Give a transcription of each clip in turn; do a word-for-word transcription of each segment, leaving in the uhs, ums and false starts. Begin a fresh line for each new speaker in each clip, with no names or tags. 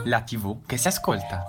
la tivù che si ascolta.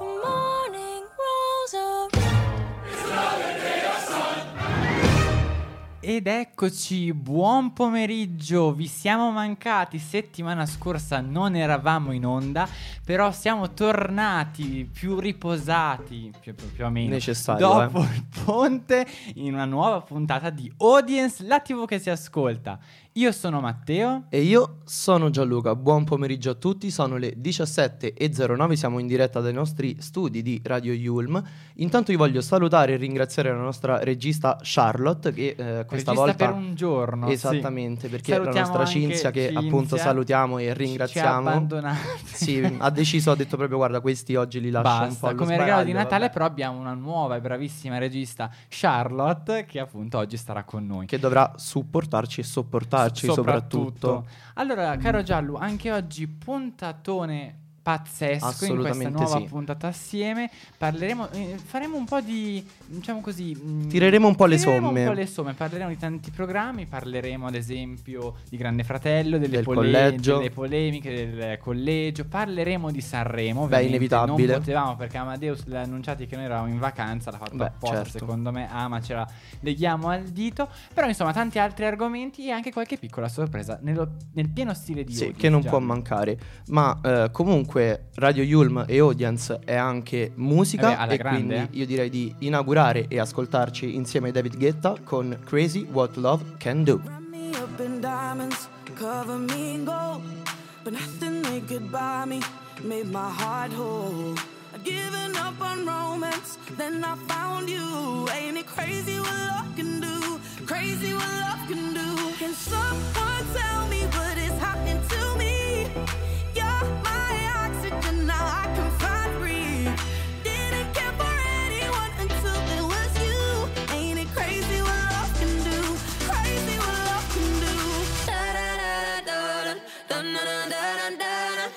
Ed eccoci, buon pomeriggio, vi siamo mancati, settimana scorsa non eravamo in onda, però siamo tornati più riposati, più, più o meno,
necessario,
dopo
eh.
il ponte, in una nuova puntata di Audience, la tivù che si ascolta. Io sono Matteo.
E io sono Gianluca, buon pomeriggio a tutti, sono le diciassette e zero nove, siamo in diretta dai nostri studi di Radio Yulm. Intanto io voglio salutare e ringraziare la nostra regista Charlotte che eh, questa
regista
volta
per un giorno.
esattamente,
sì.
perché
Salutiamo
la nostra
anche
Cinzia che
Cinzia,
appunto salutiamo e ringraziamo.
Ci ha abbandonati.
Sì, ha deciso, ha detto proprio guarda, questi oggi li lascio
Basta,
un po' allo
come regalo di
sbaraglio,
Natale
vabbè.
però abbiamo una nuova e bravissima regista, Charlotte, che appunto oggi starà con noi.
Che dovrà supportarci e sopportarci
S-
soprattutto.
Allora, caro Giallo, anche oggi puntatone pazzesco in questa nuova
sì.
puntata assieme. Parleremo, eh, faremo un po' di, diciamo così, mh,
tireremo un po' le
tireremo
somme.
un po' le somme, parleremo di tanti programmi, parleremo ad esempio di Grande Fratello, delle,
del
pole-
collegio.
delle polemiche del collegio, parleremo di Sanremo,
Beh,
ovviamente
inevitabile.
non potevamo perché Amadeus l'ha annunciato che noi eravamo in vacanza, l'ha fatto
Beh,
apposta,
certo.
secondo me, ah ma ce la leghiamo al dito, però insomma tanti altri argomenti e anche qualche piccola sorpresa nello, nel pieno stile di
Sì,
Audience,
che non
Giallo.
può mancare. Ma eh, comunque Radio Yulm e Audience è anche musica.
Eh beh, alla
e
grande,
quindi
eh.
io direi di inaugurare e ascoltarci insieme a David Guetta con Crazy What Love Can Do.
Wrap me up in diamonds, cover me in gold, but nothing they could buy me made my heart whole. I'd given up on romance, then I found you. Ain't it crazy what love can do? Crazy what love can do. Can someone tell me what is happening to me? You're my oxygen, now I can find breathe. Didn't care for anyone until it was you. Ain't it crazy what love can do? Crazy what love can do. Da da da da da da da da da da.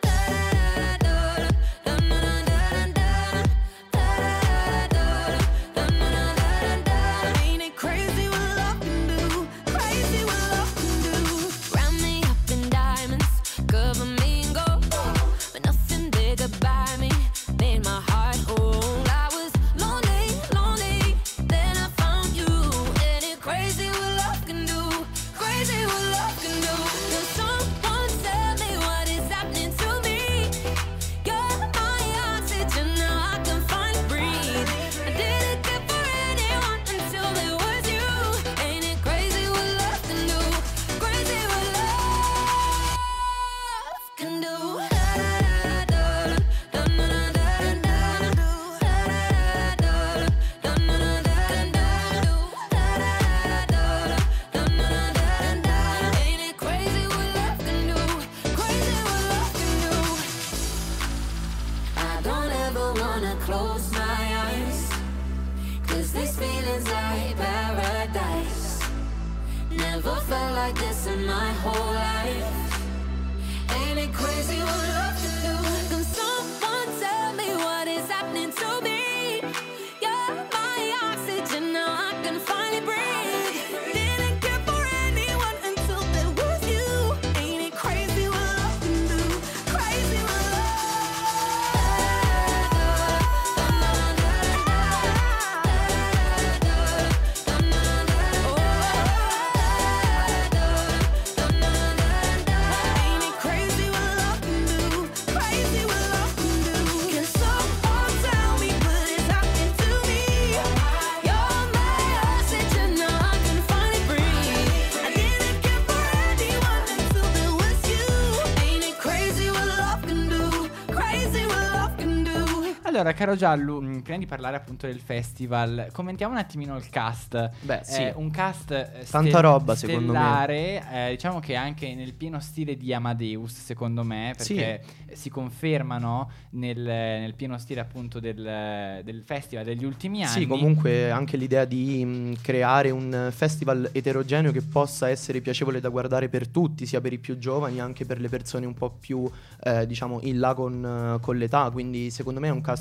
Allora, caro Giallo, mh, prima di parlare appunto del festival, commentiamo un attimino il cast.
Beh, sì.
Eh, un cast eh,
Tanta
stel-
roba, secondo me.
stellare, eh, diciamo che anche nel pieno stile di Amadeus, secondo me, perché si confermano nel, nel pieno stile appunto del, del festival degli ultimi anni.
Sì, comunque anche l'idea di mh, creare un festival eterogeneo che possa essere piacevole da guardare per tutti, sia per i più giovani, anche per le persone un po' più, eh, diciamo, in là con, con l'età. Quindi secondo me è un cast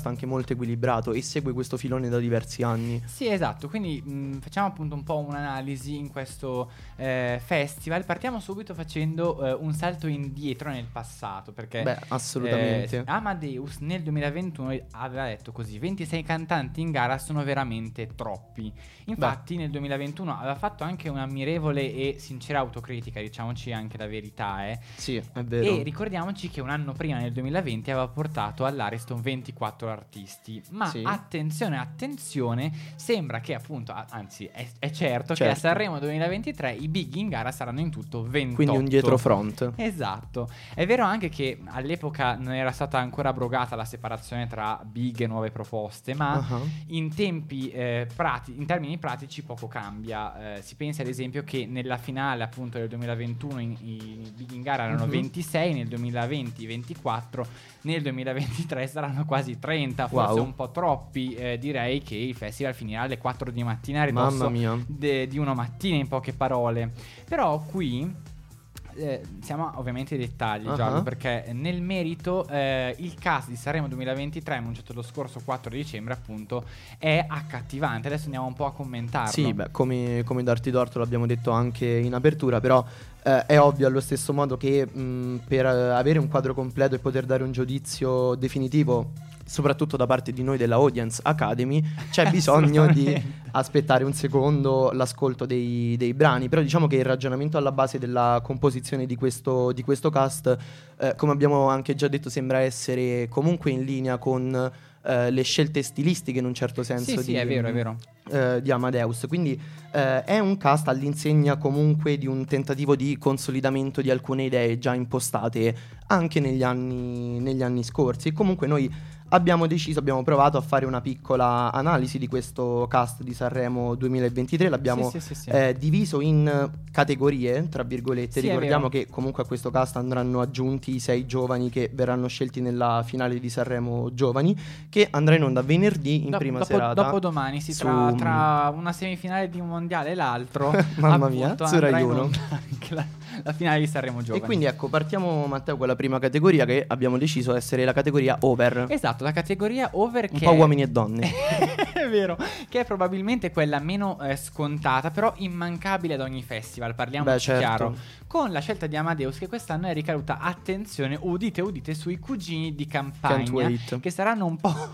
cast anche molto equilibrato e segue questo filone da diversi anni.
Sì, esatto, quindi mh, facciamo appunto un po' un'analisi in questo eh, festival. Partiamo subito facendo eh, un salto indietro nel passato, perché
Beh, assolutamente.
eh, Amadeus nel duemilaventuno aveva detto così: ventisei cantanti in gara sono veramente troppi. Infatti Beh. nel duemilaventuno aveva fatto anche un'ammirevole e sincera autocritica, diciamoci anche la verità, eh.
Sì, è vero.
E ricordiamoci che un anno prima, nel duemilaventi, aveva portato all'Ariston ventiquattro artisti. Ma
Sì.
attenzione, attenzione, sembra che appunto, a- anzi è, è certo,
Certo.
che a Sanremo duemilaventitré i big in gara saranno in tutto ventotto.
Quindi un dietro front.
Esatto. È vero anche che all'epoca non era stata ancora abrogata la separazione tra big e nuove proposte, ma
Uh-huh.
in tempi eh, prati- in termini pratici poco cambia. Eh, si pensa ad esempio che nella finale appunto del duemilaventuno in- i big in gara erano
Mhm.
ventisei, nel duemilaventi ventiquattro, nel duemilaventitré saranno quasi trenta, forse
Wow.
un po' troppi. Eh, direi che il festival finirà alle quattro di mattina a ridosso
Mamma mia.
de- di una mattina, in poche parole. Però qui eh, siamo ovviamente ai dettagli,
Uh-huh.
Giallo, perché nel merito eh, il cast di Sanremo duemilaventitré, annunciato lo scorso quattro dicembre appunto, è accattivante. Adesso andiamo un po' a commentarlo.
Sì, beh, come, come darti torto l'abbiamo detto anche in apertura, però eh, è ovvio allo stesso modo che mh, per eh, avere un quadro completo e poter dare un giudizio definitivo, soprattutto da parte di noi della Audience Academy, c'è bisogno di
Assolutamente.
aspettare un secondo l'ascolto dei, dei brani. Però diciamo che il ragionamento alla base della composizione di questo, di questo cast, eh, come abbiamo anche già detto, sembra essere comunque in linea con eh, le scelte stilistiche in un certo senso
Sì,
di,
sì, è vero, è vero.
eh, di Amadeus. Quindi eh, è un cast all'insegna comunque di un tentativo di consolidamento di alcune idee già impostate anche negli anni, negli anni scorsi. E comunque noi abbiamo deciso, abbiamo provato a fare una piccola analisi di questo cast di Sanremo duemilaventitré. L'abbiamo
Sì, sì, sì, sì.
eh, diviso in categorie, tra virgolette.
Sì, è
Ricordiamo
vero.
che comunque a questo cast andranno aggiunti i sei giovani che verranno scelti nella finale di Sanremo Giovani, che andrà in onda venerdì in
Do-
prima
dopo,
serata.
dopodomani, sì,
su-
tra, tra una semifinale di un mondiale e l'altro.
Mamma mia,
appunto,
su
andrà
Rai
in
uno.
onda anche la, la finale di Sanremo Giovani.
E quindi ecco, partiamo Matteo con la prima categoria che abbiamo deciso essere la categoria over.
Esatto, la categoria over,
Un
che
po'
è-
uomini e donne.
È vero, che è probabilmente quella meno eh, scontata, però immancabile ad ogni festival, parliamo
Beh, certo.
chiaro. Con la scelta di Amadeus, che quest'anno è ricaduta, attenzione, udite udite, sui cugini di
Can't
campagna,
wait.
che saranno un po'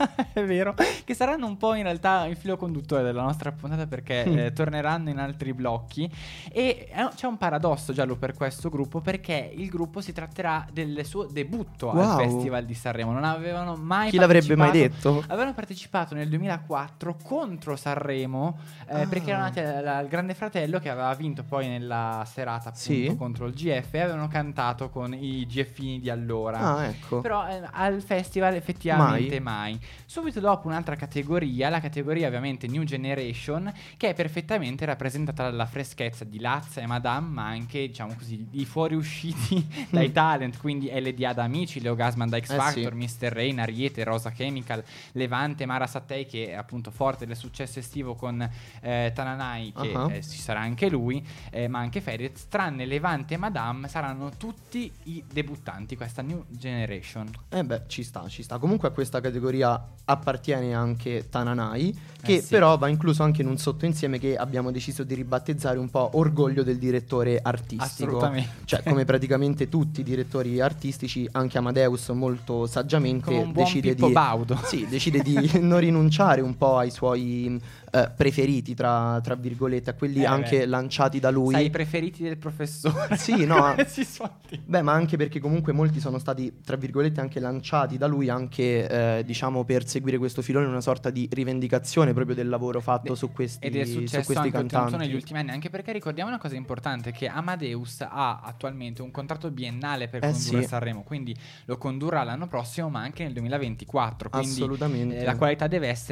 è vero, che saranno un po' in realtà il filo conduttore della nostra puntata, perché eh, torneranno in altri blocchi. E eh, c'è un paradosso, Giallo, per questo gruppo, perché il gruppo si tratterà del suo debutto
Wow.
al Festival di Sanremo. Non avevano mai
Chi l'avrebbe mai
partecipato-
detto?
Avevano partecipato nel duemilaquattro contro Sanremo, eh,
Ah.
perché erano nati al, al Grande Fratello, che aveva vinto poi nella serata appunto
Sì.
contro il G F, e avevano cantato con i G F-ini di allora.
Ah, ecco.
Però eh, al festival effettivamente mai. Subito dopo un'altra categoria, la categoria ovviamente New Generation, che è perfettamente rappresentata dalla freschezza di Lazza e Madame, ma anche, diciamo così, i fuoriusciti dai talent, quindi L D A da Amici, Leo Gasman da X
Eh,
Factor,
sì.
mister Rain, Ariete, Rosa Chemical, Levante, Mara Sattei, che è appunto forte del successo estivo con eh, Tananai, che
Uh-huh.
eh, ci sarà anche lui, eh, ma anche Fedez. Tranne Levante e Madame saranno tutti i debuttanti, questa New Generation.
Eh beh, ci sta, ci sta. Comunque a questa categoria appartiene anche Tananai, che
Eh sì.
però va incluso anche in un sottoinsieme che abbiamo deciso di ribattezzare un po' Orgoglio del direttore artistico.
Assolutamente.
Cioè, come praticamente tutti i direttori artistici, anche Amadeus molto saggiamente
Come un buon
decide
Pippo
di
Baudo.
Sì, decide di non rinunciare un po' ai suoi eh, preferiti, tra, tra virgolette, a quelli
Eh,
anche
beh.
lanciati da lui.
Sai, i preferiti del professore.
Sì, no.
Si suona.
Beh, ma anche perché comunque molti sono stati, tra virgolette, anche lanciati da lui, anche eh, diciamo per seguire questo filone, una sorta di rivendicazione proprio del lavoro fatto
Beh,
su questi,
ed è
su
successo
questi
anche ottenuto
cantanti.
negli ultimi anni, anche perché ricordiamo una cosa importante, che Amadeus ha attualmente un contratto biennale per
Eh
condurre
sì.
Sanremo, quindi lo condurrà l'anno prossimo, ma anche nel duemilaventiquattro, quindi
Assolutamente.
eh, la qualità deve essere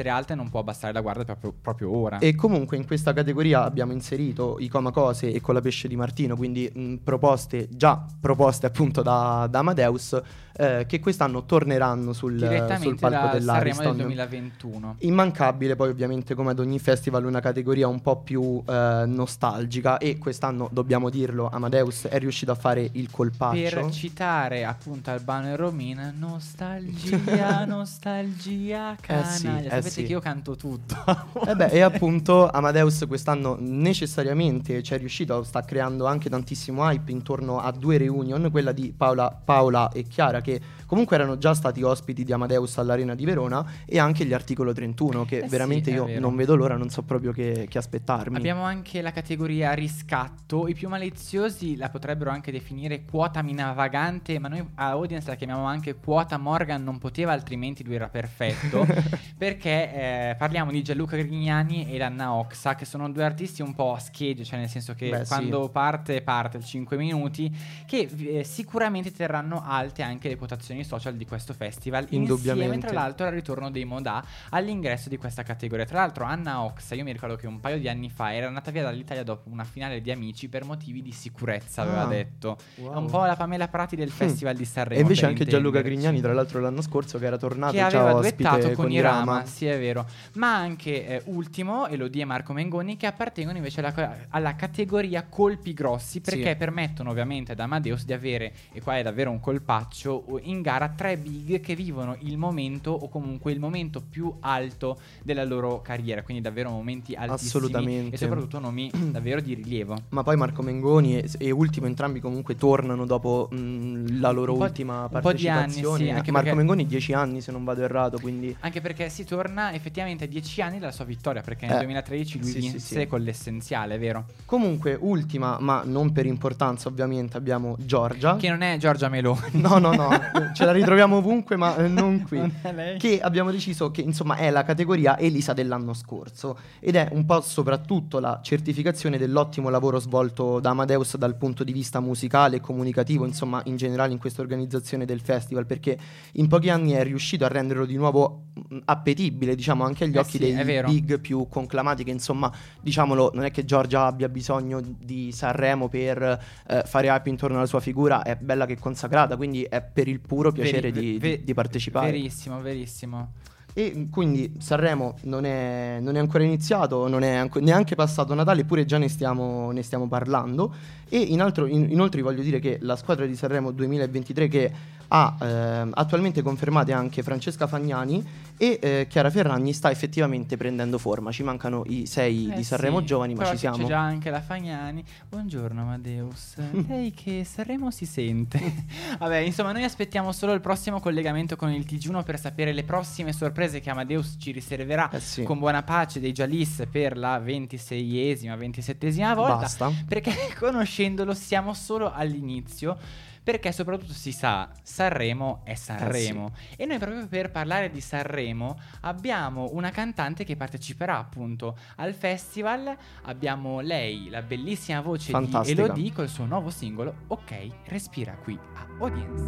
essere alta e non può abbassare la guardia proprio, proprio ora.
E comunque in questa categoria abbiamo inserito i Coma Cose e Con la Pesce di Martino, quindi mh, proposte già proposte appunto da, da Amadeus, eh, che quest'anno torneranno sul, sul palco
da
dell'Ariston.
Sanremo del duemilaventuno.
Immancabile poi ovviamente, come ad ogni festival, una categoria un po' più eh, nostalgica, e quest'anno dobbiamo dirlo, Amadeus è riuscito a fare il colpaccio.
Per citare appunto Albano e Romina, nostalgia, nostalgia, canaglia.
Eh sì, eh
Sapete
sì.
che io canto tutto.
E beh, e appunto Amadeus quest'anno necessariamente ci è riuscito, sta creando anche tantissimo hype intorno a due reunion, quella di Paola, Paola e Chiara, che comunque erano già stati ospiti di Amadeus all'Arena di Verona, e anche gli Articolo trentuno, che
Eh
veramente
sì, è
io
vero.
non vedo l'ora, non so proprio che, che aspettarmi.
Abbiamo anche la categoria riscatto. I più maliziosi la potrebbero anche definire quota mina vagante, ma noi a Audience la chiamiamo anche quota Morgan non poteva, altrimenti lui era perfetto. Perché eh, parliamo di Gianluca Grignani e Anna Oxa, che sono due artisti un po' a schegge, cioè nel senso che
Beh,
quando
sì.
parte parte il cinque minuti, che eh, sicuramente terranno alte anche le quotazioni social di questo festival,
Indubbiamente.
insieme tra l'altro al ritorno dei Modà all'ingresso di questa categoria. Tra l'altro Anna Oxa, io mi ricordo che un paio di anni fa era andata via dall'Italia dopo una finale di Amici per motivi di sicurezza, aveva
Ah,
detto.
wow.
È un po' la Pamela Prati del Festival di Sanremo.
E invece
per
anche Gianluca
intenderci.
Grignani, tra l'altro l'anno scorso, che era tornato
Che
già
aveva
ospite
duettato con,
con
i Rama,
Rama.
sì è vero. Ma anche eh, Ultimo, Elodie e Marco Mengoni, che appartengono invece alla, alla categoria colpi grossi, perché
Sì.
permettono ovviamente ad Amadeus di avere, e qua è davvero un colpaccio, in gara tre big che vivono il momento, o comunque il momento più alto della loro carriera, quindi davvero momenti altissimi.
Assolutamente.
E soprattutto nomi davvero di rilievo.
Ma poi Marco Mengoni e, e Ultimo entrambi comunque tornano dopo mh, la loro
Un po'-
ultima
un po' di anni,
partecipazione.
sì, anche
Marco
perché-
Mengoni dieci anni, se non vado errato, quindi
Anche perché si torna effettivamente a dieci anni dalla sua vittoria, perché nel
Eh,
duemilatredici lui
sì, sì,
vinse
sì.
con l'Essenziale, è vero?
comunque ultima, ma non per importanza ovviamente, abbiamo Giorgia.
Che non è Giorgia Meloni.
No, no, no, ce la ritroviamo ovunque, ma eh, non qui.
Non è lei.
Che abbiamo deciso che insomma è la categoria Elisa dell'anno scorso, ed è un po' soprattutto la certificazione dell'ottimo lavoro svolto da Amadeus dal punto di vista musicale e comunicativo, insomma in generale in questa organizzazione del festival, perché in pochi anni è riuscito a renderlo di nuovo mh, appetibile, diciamo, anche agli
Eh
occhi
sì, è
dei
vero.
big più conclamati, che insomma, diciamolo, non è che Giorgia abbia bisogno di Sanremo per eh, fare hype intorno alla sua figura, è bella che consacrata, quindi è per il puro piacere
Veri-
di,
ve-
di- di partecipare.
Verissimo, verissimo.
E quindi Sanremo non è, non è ancora iniziato, non è anco- neanche passato Natale, eppure già ne stiamo, ne stiamo parlando. E in altro- in- inoltre voglio dire che la squadra di Sanremo duemilaventitré, che ha eh, attualmente confermate anche Francesca Fagnani e eh, Chiara Ferragni, sta effettivamente prendendo forma. Ci mancano i sei
Eh
di Sanremo
sì,
giovani, ma
però
ci siamo.
C'è già anche la Fagnani. Buongiorno Amadeus. Lei che Sanremo si sente. Vabbè, insomma, noi aspettiamo solo il prossimo collegamento con il T G uno per sapere le prossime sorprese che Amadeus ci riserverà
Eh sì.
con buona pace dei Giallis per la ventiseiesima, ventisettesima volta.
Basta.
Perché conoscendolo siamo solo all'inizio. Perché soprattutto si sa, Sanremo è Sanremo. E noi proprio per parlare di Sanremo abbiamo una cantante che parteciperà appunto al festival. Abbiamo lei, la bellissima voce
Fantastica.
di Elodie col suo nuovo singolo Ok, respira, qui a Audience.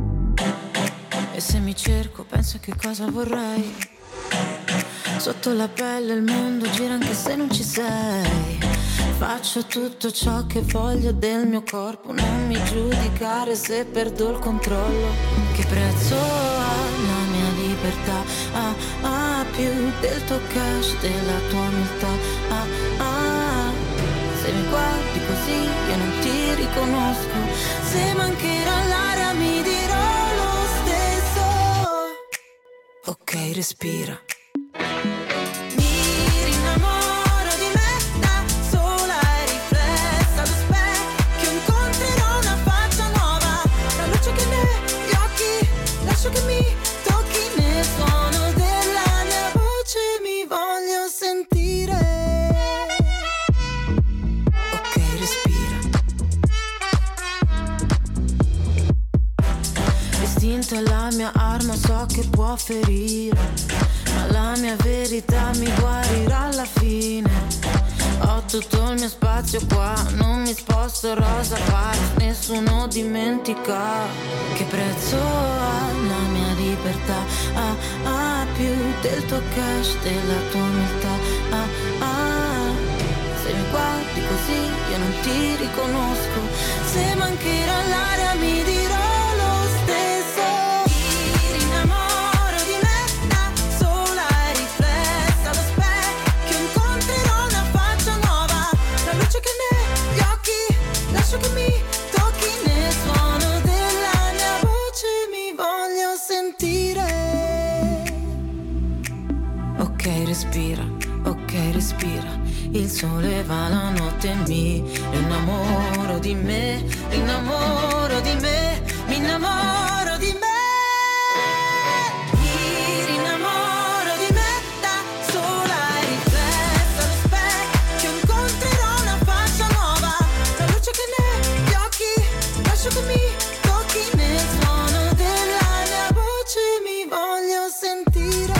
E se mi cerco penso che cosa vorrei. Sotto la pelle il mondo gira anche se non ci sei. Faccio tutto ciò che voglio del mio corpo. Non mi giudicare se perdo il controllo. Che prezzo ha la mia libertà? Ah, ah, più del tuo cash, della tua umiltà. Ah, ah, se mi guardi così io non ti riconosco. Se mancherà l'aria mi dirò lo stesso. Ok, respira. Mi rinnamoro di me da sola e riflessa allo specchio. Incontrerò una faccia nuova. La luce che negli occhi, lascio che mi tocchi. Nel suono della mia voce mi voglio sentire. Ok, respira. L'istinto è la mia arma, so che può ferire, ma la mia verità mi guarirà alla fine. Ho tutto il mio spazio qua, non mi sposto rosa park, nessuno dimentica. Che prezzo ha la mia libertà? Ah, ah, più del tuo cash, della tua umiltà. Ah, ah. Se mi guardi così io non ti riconosco. Se mancherà l'aria mi dirò lo stesso. Mi rinnamoro di me da sola e riflessa allo specchio. Incontrerò una faccia nuova, la luce che negli occhi lascio che mi tocchi. Nel suono della mia voce mi voglio sentire. Ok, respira, ok, respira. Il sole va la notte e mi innamoro di me, innamoro di me, mi innamoro di me. Mi rinnamoro di me da sola e riflessa allo specchio. Incontrerò una faccia nuova, la luce che negli occhi lascio che mi tocchi. Nel suono della mia voce mi voglio sentire.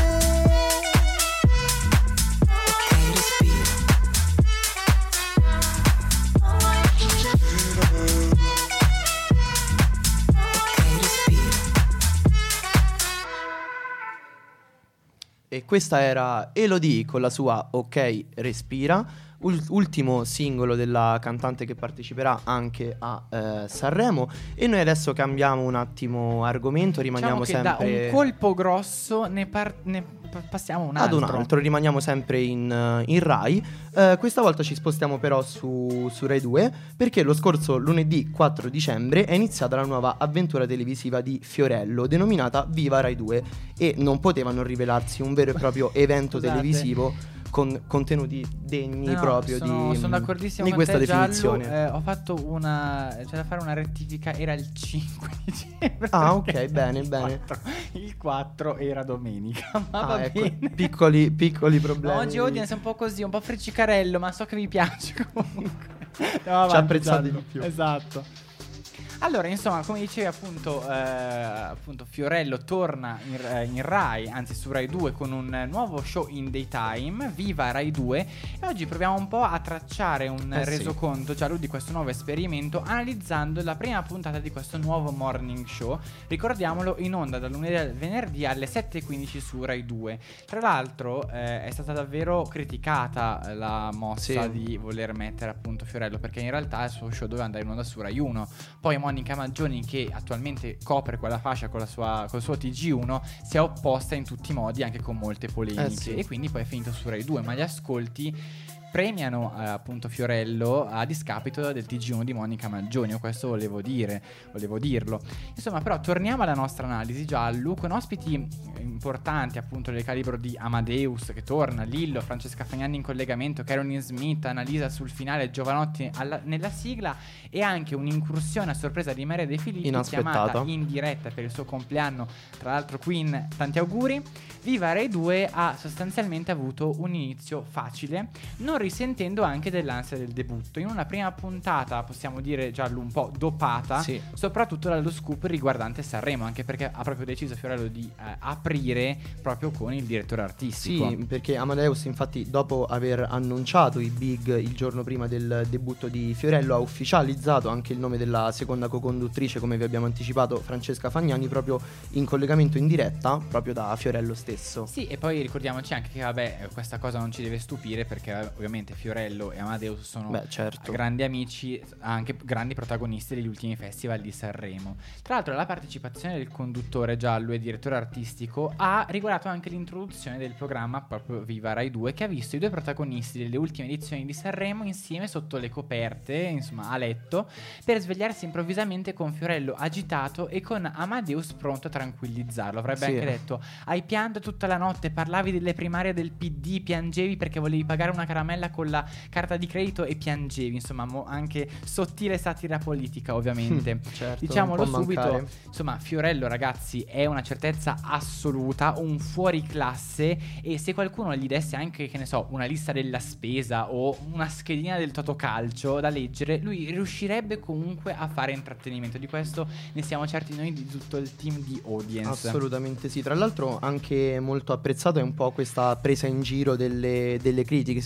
E questa era Elodie con la sua Ok Respira, ul- ultimo singolo della cantante che parteciperà anche a eh, Sanremo. E noi adesso cambiamo un attimo argomento, rimaniamo
Diciamo che
sempre
da un colpo grosso ne, par- ne p- passiamo a un
ad
altro.
un altro, rimaniamo sempre in, uh, in Rai. Uh, questa volta ci spostiamo però su, su Rai due, perché lo scorso lunedì quattro dicembre è iniziata la nuova avventura televisiva di Fiorello, denominata Viva Rai due, e non poteva non rivelarsi un vero e proprio evento
Scusate.
televisivo con contenuti degni
No,
proprio
sono,
di,
sono d'accordissimo
di
con
questa
te, Giallo.
definizione.
Eh, ho fatto una c'è da fare una rettifica, era il cinque dicembre.
Ah,
perché
ok, bene,
il
bene.
quattro, il quattro era domenica, ma
Ah,
va
ecco,
bene.
piccoli, piccoli
No,
problemi.
oggi audience è un po' così, un po' friccicarello, ma so che vi piace comunque. Andiamo
Ci
avanti,
apprezzate
Giallo.
di più.
Esatto. Allora, insomma, come dicevi appunto, eh, appunto Fiorello torna in, eh, in Rai, anzi su Rai due, con un eh, nuovo show in daytime, Viva Rai due. E oggi proviamo un po' a tracciare un
Eh, sì.
resoconto, Giallo, di questo nuovo esperimento, analizzando la prima puntata di questo nuovo morning show. Ricordiamolo, in onda dal lunedì al venerdì alle sette e quindici su Rai due. Tra l'altro eh, è stata davvero criticata la mossa
Sì.
di voler mettere appunto Fiorello, perché in realtà il suo show doveva andare in onda su Rai uno. Poi Monica Maggioni, che attualmente copre quella fascia con la sua, col suo T G uno, si è opposta in tutti i modi, anche con molte polemiche,
Eh sì.
e quindi poi è finito su Rai due, ma gli ascolti premiano eh, appunto Fiorello a discapito del T G uno di Monica Maggioni. Io questo volevo dire, volevo dirlo. Insomma, però torniamo alla nostra analisi, Giallo, con ospiti importanti appunto del calibro di Amadeus che torna, Lillo, Francesca Fagnani in collegamento, Caroline Smith, Annalisa sul finale, Giovanotti alla, nella sigla, e anche un'incursione a sorpresa di Maria De Filippi,
Inaspettata.
chiamata in diretta per il suo compleanno. Tra l'altro, Queen, tanti auguri. Viva Rai due ha sostanzialmente avuto un inizio facile, non risentendo anche dell'ansia del debutto. In una prima puntata, possiamo dire, Giallo, un po' dopata,
Sì.
soprattutto dallo scoop riguardante Sanremo, anche perché ha proprio deciso Fiorello di eh, aprire proprio con il direttore artistico.
Sì, perché Amadeus infatti, dopo aver annunciato i big il giorno prima del debutto di Fiorello, ha ufficializzato anche il nome della seconda co-conduttrice, come vi abbiamo anticipato, Francesca Fagnani, proprio in collegamento in diretta proprio da Fiorello stesso.
Sì, e poi ricordiamoci anche che vabbè, questa cosa non ci deve stupire, perché eh, ovviamente Fiorello e Amadeus sono
Beh, certo.
grandi amici, anche grandi protagonisti degli ultimi festival di Sanremo. Tra l'altro la partecipazione del conduttore Giallo e direttore artistico ha riguardato anche l'introduzione del programma proprio Viva Rai due, che ha visto i due protagonisti delle ultime edizioni di Sanremo insieme sotto le coperte, insomma a letto, per svegliarsi improvvisamente con Fiorello agitato e con Amadeus pronto a tranquillizzarlo. Avrebbe
Sì.
anche detto: hai pianto tutta la notte, parlavi delle primarie del P D, piangevi perché volevi pagare una caramella con la carta di credito e piangevi. Insomma, mo- anche sottile satira politica, ovviamente.
Certo,
Diciamolo
non può
subito,
mancare.
insomma, Fiorello, ragazzi, è una certezza assoluta, un fuoriclasse, e se qualcuno gli desse anche, che ne so, una lista della spesa o una schedina del Totocalcio da leggere, lui riuscirebbe comunque a fare intrattenimento. Di questo ne siamo certi noi, di tutto il team di Audience.
Assolutamente sì. Tra l'altro anche molto apprezzato è un po' questa presa in giro delle, delle critiche, se così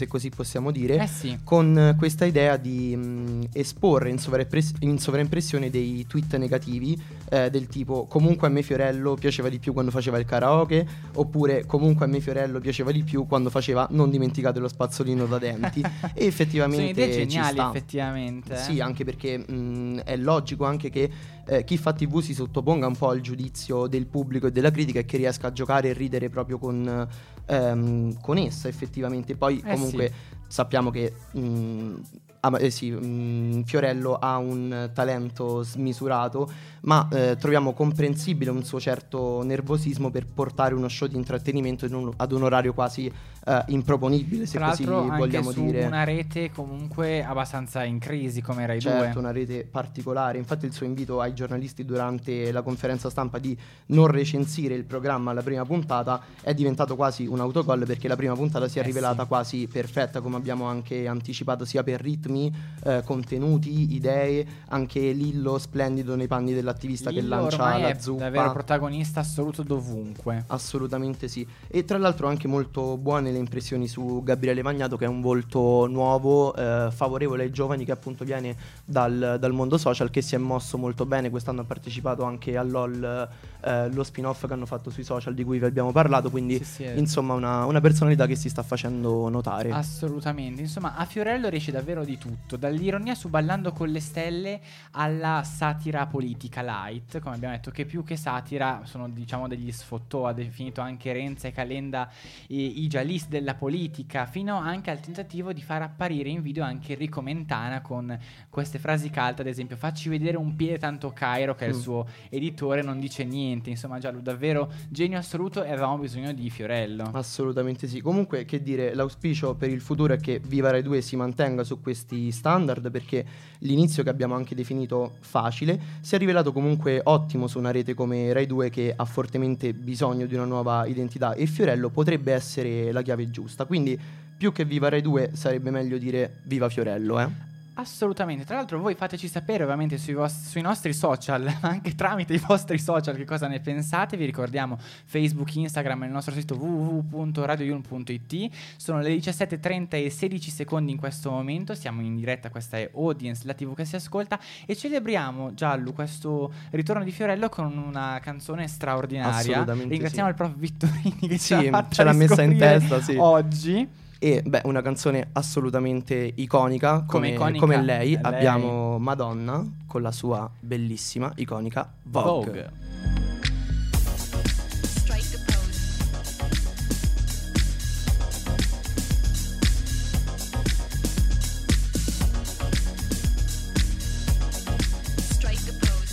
possiamo dire,
Eh sì.
con questa idea di mh, esporre in, sovraimpress- in sovraimpressione dei tweet negativi, eh, del tipo comunque a me Fiorello piaceva di più quando faceva il karaoke, oppure comunque a me Fiorello piaceva di più quando faceva non dimenticate lo spazzolino da denti. E effettivamente
sono idee
ci
geniali,
sta.
effettivamente.
Sì, anche perché mh, è logico anche che eh, chi fa tivù si sottoponga un po' al giudizio del pubblico e della critica e che riesca a giocare e ridere proprio con, ehm, con essa effettivamente. Poi
Eh
comunque
sì.
sappiamo che mh, ah, eh sì, mh, Fiorello ha un talento smisurato, ma eh, troviamo comprensibile un suo certo nervosismo per portare uno show di intrattenimento in un- ad un orario quasi eh, improponibile, se
Tra
così
l'altro anche
vogliamo
su
dire.
una rete comunque abbastanza in crisi come Rai
Certo,
due.
una rete particolare. Infatti il suo invito ai giornalisti durante la conferenza stampa di non recensire il programma alla prima puntata è diventato quasi un autogol, perché la prima puntata si è
Eh
rivelata
sì.
quasi perfetta, come abbiamo anche anticipato, sia per ritmi, eh, contenuti, idee, anche Lillo splendido nei panni dell'attivista che
Lillo
lancia
ormai
la
è
zuppa.
davvero protagonista assoluto dovunque.
Assolutamente sì. E tra l'altro anche molto buone le impressioni su Gabriele Magnato, che è un volto nuovo, eh, favorevole ai giovani, che appunto viene dal, dal mondo social, che si è mosso molto bene. Quest'anno ha partecipato anche a LOL, eh, lo spin-off che hanno fatto sui social di cui vi abbiamo parlato, quindi
Sì, sì, è-
insomma una, una personalità che si sta facendo notare.
Assolutamente, insomma a Fiorello riesce davvero di tutto, dall'ironia su Ballando con le stelle alla satira politica light, come abbiamo detto, che più che satira sono diciamo degli sfottò. Ha definito anche Renzi e Calenda i, i giallisti della politica, fino anche al tentativo di far apparire in video anche Enrico Mentana con queste frasi calte, ad esempio facci vedere un piede tanto Cairo, che è il
Mm.
suo editore, non dice niente. Insomma Giallo davvero genio assoluto, e avevamo bisogno di Fiorello.
Assolutamente sì. Comunque, che dire, l'auspicio per il futuro è che Viva Rai due si mantenga su questi standard, perché l'inizio, che abbiamo anche definito facile, si è rivelato comunque ottimo su una rete come Rai due, che ha fortemente bisogno di una nuova identità, e Fiorello potrebbe essere la chiave giusta. Quindi più che Viva Rai due sarebbe meglio dire Viva Fiorello, eh?
Assolutamente, tra l'altro voi fateci sapere ovviamente sui, vos- sui nostri social, anche tramite i vostri social, che cosa ne pensate. Vi ricordiamo Facebook, Instagram e il nostro sito w w w punto radio yulm punto i t. Sono le diciassette e trenta e sedici secondi in questo momento, siamo in diretta, questa è Audience, la tivù che si ascolta, e celebriamo, Giallo, questo ritorno di Fiorello con una canzone straordinaria.
Assolutamente
Ringraziamo
sì.
il prof Vittorini che
Sì,
ce l'ha fatta
ce l'ha messa in
riscoprire
testa, sì.
oggi.
E beh, una canzone assolutamente iconica, come,
Come iconica
come lei.
lei.
Abbiamo Madonna con la sua bellissima, iconica Vogue.
Vogue.
Strike the pose. Strike the pose.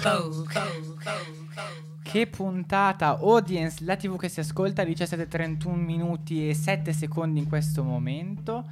Che puntata, audience, la tivù che si ascolta, diciassette e trentuno minuti e sette secondi in questo momento.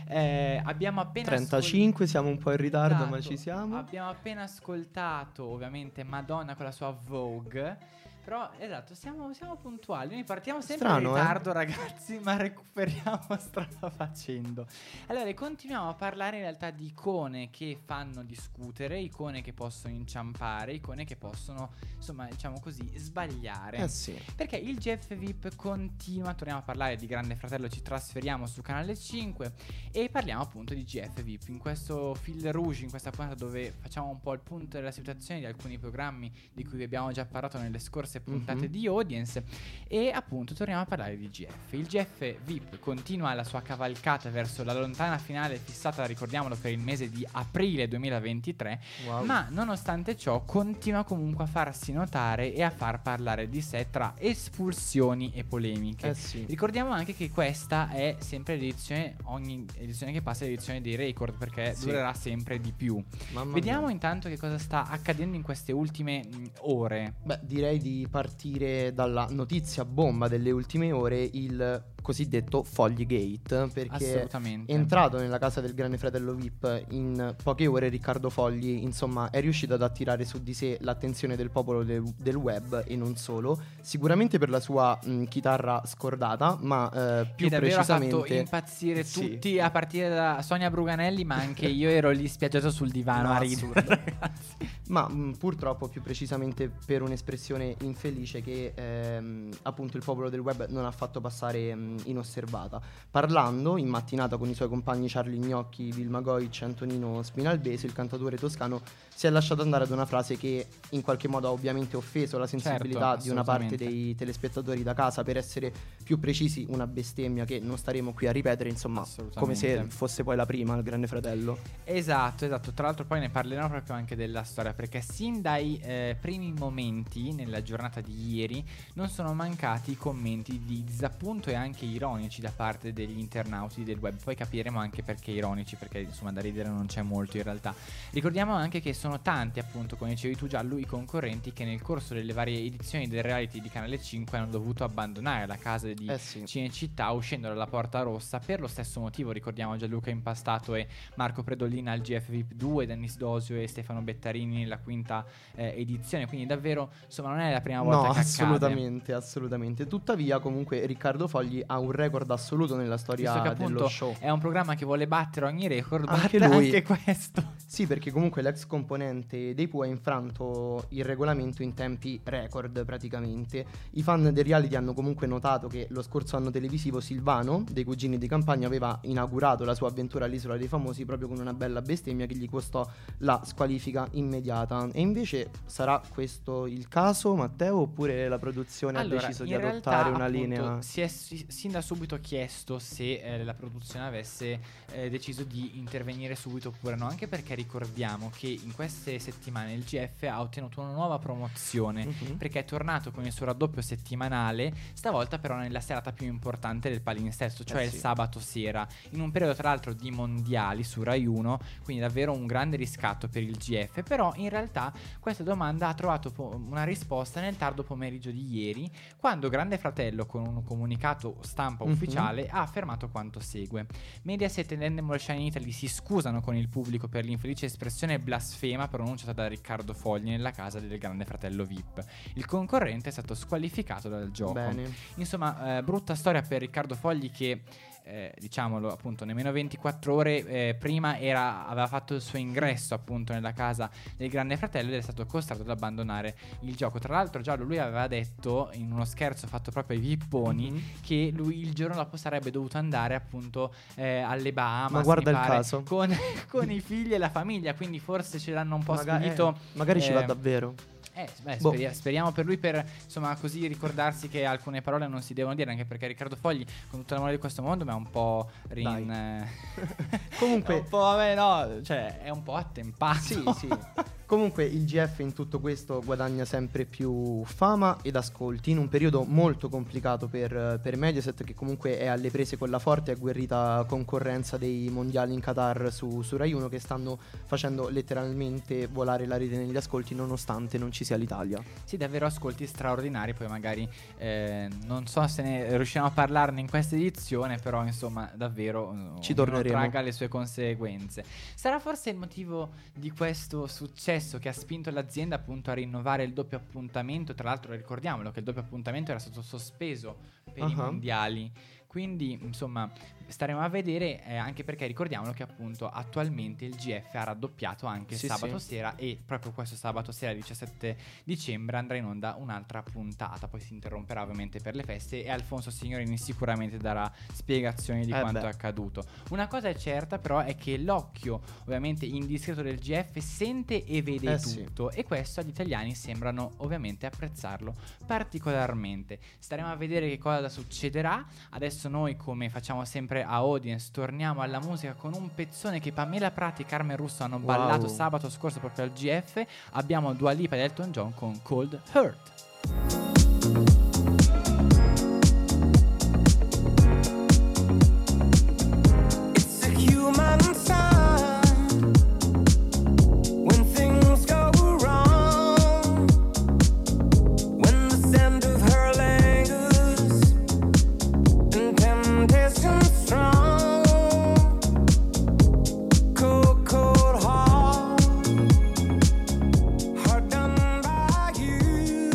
Eh, abbiamo appena
trentacinque,
ascol-
siamo un po' in ritardo,
Esatto.
ma ci siamo.
Abbiamo appena ascoltato ovviamente Madonna con la sua Vogue. Però esatto, siamo, siamo puntuali. Noi partiamo sempre
Strano,
in
eh?
ritardo, ragazzi, ma recuperiamo strada facendo. Allora, continuiamo a parlare in realtà di icone che fanno discutere, icone che possono inciampare, icone che possono, insomma, diciamo così, sbagliare.
Eh sì.
Perché il G F V I P continua, torniamo a parlare di Grande Fratello, ci trasferiamo su Canale cinque e parliamo appunto di G F V I P in questo fil rouge, in questa puntata dove facciamo un po' il punto della situazione di alcuni programmi di cui vi abbiamo già parlato nelle scorse puntate
Mhm.
di audience e appunto torniamo a parlare di G F. Il G F V I P continua la sua cavalcata verso la lontana finale fissata, ricordiamolo, per il mese di aprile duemilaventitré.
Wow.
Ma nonostante ciò continua comunque a farsi notare e a far parlare di sé tra espulsioni e polemiche.
Eh sì.
Ricordiamo anche che questa è sempre l'edizione, ogni edizione che passa è l'edizione dei record, perché
Sì.
durerà sempre di più.
Mamma
Vediamo
mia.
intanto che cosa sta accadendo in queste ultime mh, ore.
Beh, direi di partire dalla notizia bomba delle ultime ore, il cosiddetto Fogli-gate, perché
Assolutamente.
è entrato nella casa del Grande Fratello V I P in poche ore Riccardo Fogli, insomma è riuscito ad attirare su di sé l'attenzione del popolo del, del web e non solo, sicuramente per la sua mh, chitarra scordata, ma eh, più
che davvero ha
precisamente
fatto impazzire
Sì.
tutti, a partire da Sonia Bruganelli, ma anche io ero lì spiaggiato sul divano
No,
a ridere,
assurdo.
ragazzi.
Ma mh, purtroppo più precisamente per un'espressione infelice che ehm, appunto il popolo del web non ha fatto passare mh, inosservata. Parlando in mattinata con i suoi compagni Charlie Gnocchi, Vilma Goic e Antonino Spinalbese, il cantautore toscano si è lasciato andare ad una frase che in qualche modo ha ovviamente offeso la sensibilità
Certo,
di una parte
assolutamente.
dei telespettatori da casa. Per essere più precisi, una bestemmia che non staremo qui a ripetere, insomma, come se
Assolutamente.
fosse poi la prima, il Grande Fratello.
Esatto, esatto. Tra l'altro poi ne parleremo proprio anche della storia, perché sin dai eh, primi momenti nella giornata di ieri non sono mancati i commenti di disappunto e anche ironici da parte degli internauti del web. Poi capiremo anche perché ironici, perché insomma da ridere non c'è molto in realtà. Ricordiamo anche che sono tanti, appunto, come dicevi tu già, lui, i concorrenti che nel corso delle varie edizioni del reality di Canale cinque hanno dovuto abbandonare la casa di
Eh sì.
Cinecittà uscendo dalla porta rossa per lo stesso motivo. Ricordiamo Gianluca Impastato e Marco Predolina al G F V I P due, Dennis Dosio e Stefano Bettarini nella quinta eh, edizione, quindi davvero insomma non è la prima volta
No,
che
assolutamente, assolutamente. Tuttavia, comunque, Riccardo Fogli ha un record assoluto nella
accade.
storia
Visto che appunto
dello show.
è un programma che vuole battere ogni record,
Anche
batte
lui.
anche questo.
Sì, perché comunque l'ex componente dei Pooh ha infranto il regolamento in tempi record praticamente. I fan del reality hanno comunque notato che lo scorso anno televisivo Silvano, dei Cugini di Campagna, aveva inaugurato la sua avventura all'Isola dei Famosi proprio con una bella bestemmia che gli costò la squalifica immediata. E invece sarà questo il caso, Matteo, oppure la produzione
Allora,
ha deciso di
in
adottare
realtà,
una
appunto,
linea?
si è si- sin da subito chiesto se eh, la produzione avesse eh, deciso di intervenire subito oppure no, anche perché ricordiamo che in queste settimane il G F ha ottenuto una nuova promozione,
Mhm.
perché è tornato con il suo raddoppio settimanale, stavolta però nella serata più importante del palinsesto, cioè
Eh
il
sì.
sabato sera, in un periodo tra l'altro di mondiali su Rai uno, quindi davvero un grande riscatto per il G F. Però in realtà questa domanda ha trovato po- una risposta nel tardo pomeriggio di ieri, quando Grande Fratello, con un comunicato stampa
Mhm.
ufficiale, ha affermato quanto segue: Mediaset e Endemol Shine Italy si scusano con il pubblico per l'infelice espressione blasfema pronunciata da Riccardo Fogli nella casa del Grande Fratello V I P. Il concorrente è stato squalificato dal gioco.
Bene.
Insomma, eh, brutta storia per Riccardo Fogli che, eh, diciamolo appunto, nemmeno ventiquattro ore eh, prima era, aveva fatto il suo ingresso appunto nella casa del Grande Fratello ed è stato costretto ad abbandonare il gioco. Tra l'altro Giallo, lui aveva detto in uno scherzo fatto proprio ai vipponi
Mhm.
che lui il giorno dopo sarebbe dovuto andare appunto eh, alle Bahamas,
Ma guarda
mi
il
pare,
caso.
con, con i figli e la famiglia, quindi forse ce l'hanno un po'
Maga-
spedito.
eh, magari ci va
eh,
davvero.
Eh, beh,
Boh.
speria- speriamo per lui, per insomma così ricordarsi che alcune parole non si devono dire, anche perché Riccardo Fogli, con tutto l'amore di questo mondo, ma è un po' rin...
Dai.
È
Comunque
un po', vabbè, no, cioè è un po' attempato.
Sì, sì. Comunque il G F in tutto questo guadagna sempre più fama ed ascolti in un periodo molto complicato per, per Mediaset, che comunque è alle prese con la forte e agguerrita concorrenza dei mondiali in Qatar su, su Rai uno, che stanno facendo letteralmente volare la rete negli ascolti nonostante non ci sia l'Italia.
Sì, davvero ascolti straordinari. Poi magari eh, non so se ne riusciamo a parlarne in questa edizione, però insomma davvero
Ci
ognuno
torneremo.
traga le sue conseguenze. Sarà forse il motivo di questo successo che ha spinto l'azienda appunto a rinnovare il doppio appuntamento. Tra l'altro ricordiamolo che il doppio appuntamento era stato sospeso per i
Uh-huh.
mondiali. Quindi insomma staremo a vedere, eh, anche perché ricordiamolo che appunto attualmente il G F ha raddoppiato anche
Sì,
sabato
sì.
sera, e proprio questo sabato sera diciassette dicembre andrà in onda un'altra puntata. Poi si interromperà ovviamente per le feste e Alfonso Signorini sicuramente darà spiegazioni di
Eh
quanto
beh.
è accaduto. Una cosa è certa però è che l'occhio ovviamente indiscreto del G F sente e vede
Eh sì.
tutto, e questo agli italiani sembrano ovviamente apprezzarlo particolarmente. Staremo a vedere che cosa succederà. Adesso noi, come facciamo sempre a Audience, torniamo alla musica con un pezzone che Pamela Prati e Carmen Russo hanno
Wow.
ballato sabato scorso proprio al G F. Abbiamo Dua Lipa ed Elton John con Cold Heart.
It's a human sign when things go wrong, when the scent of her lingers and temptation strong. Cold, cold heart, heart done by you.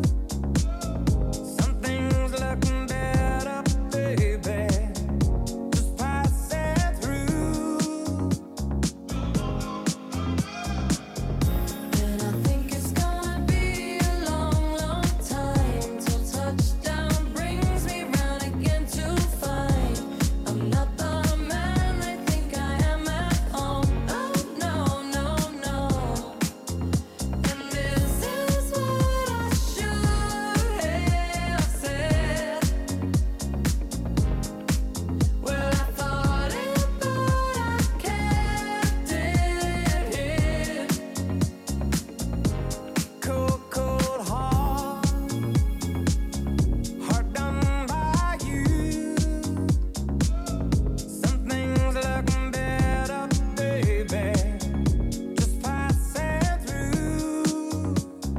Something's looking better, baby. Just pass it through.
And I think it's gonna be a long, long time till touchdown brings me round again to find I'm not the man I think I am at home. Oh no, no, no. And this is what I should have said. Well, I thought it, but I kept it hid.
Cold, cold heart, heart done by you. Something's looking better, baby. Just pass it through.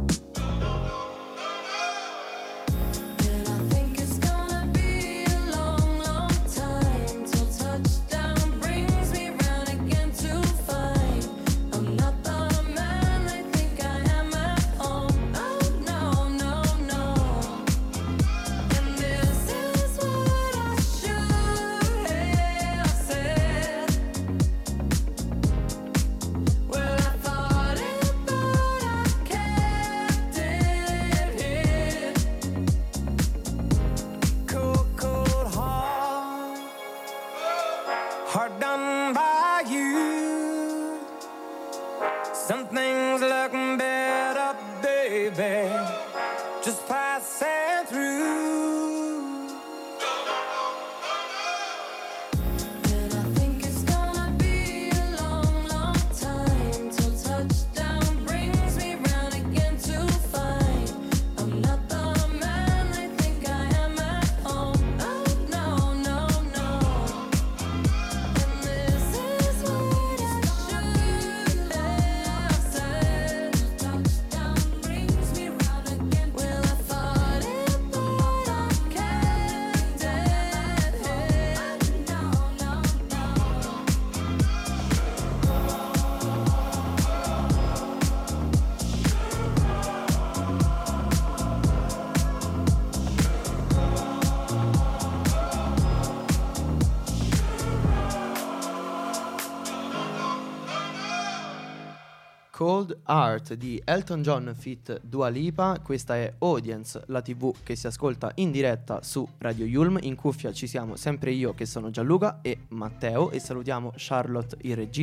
And I think it's gonna be a long, long time till touchdown brings me round again to find I'm not the man I think I am at home. Oh no, no, no. And this is what I should have said. Well, I thought it, but I kept it hid.
Cold, cold heart, heart done by you. Something's looking better, baby. Just pass it through.
And I think it's gonna be a long, long time till touchdown brings me round again to find I'm not the man I think I am at home. Oh no, no, no. And this is what I should have said. Touchdown brings me round again. Well, I thought it, but I kept it hid. No, no, no.
Cold Heart di Elton John feat. Dua Lipa. Questa è Audience, la tivù che si ascolta in diretta su Radio Yulm. In cuffia ci siamo sempre io, che sono Gianluca, e Matteo, e salutiamo Charlotte in regia.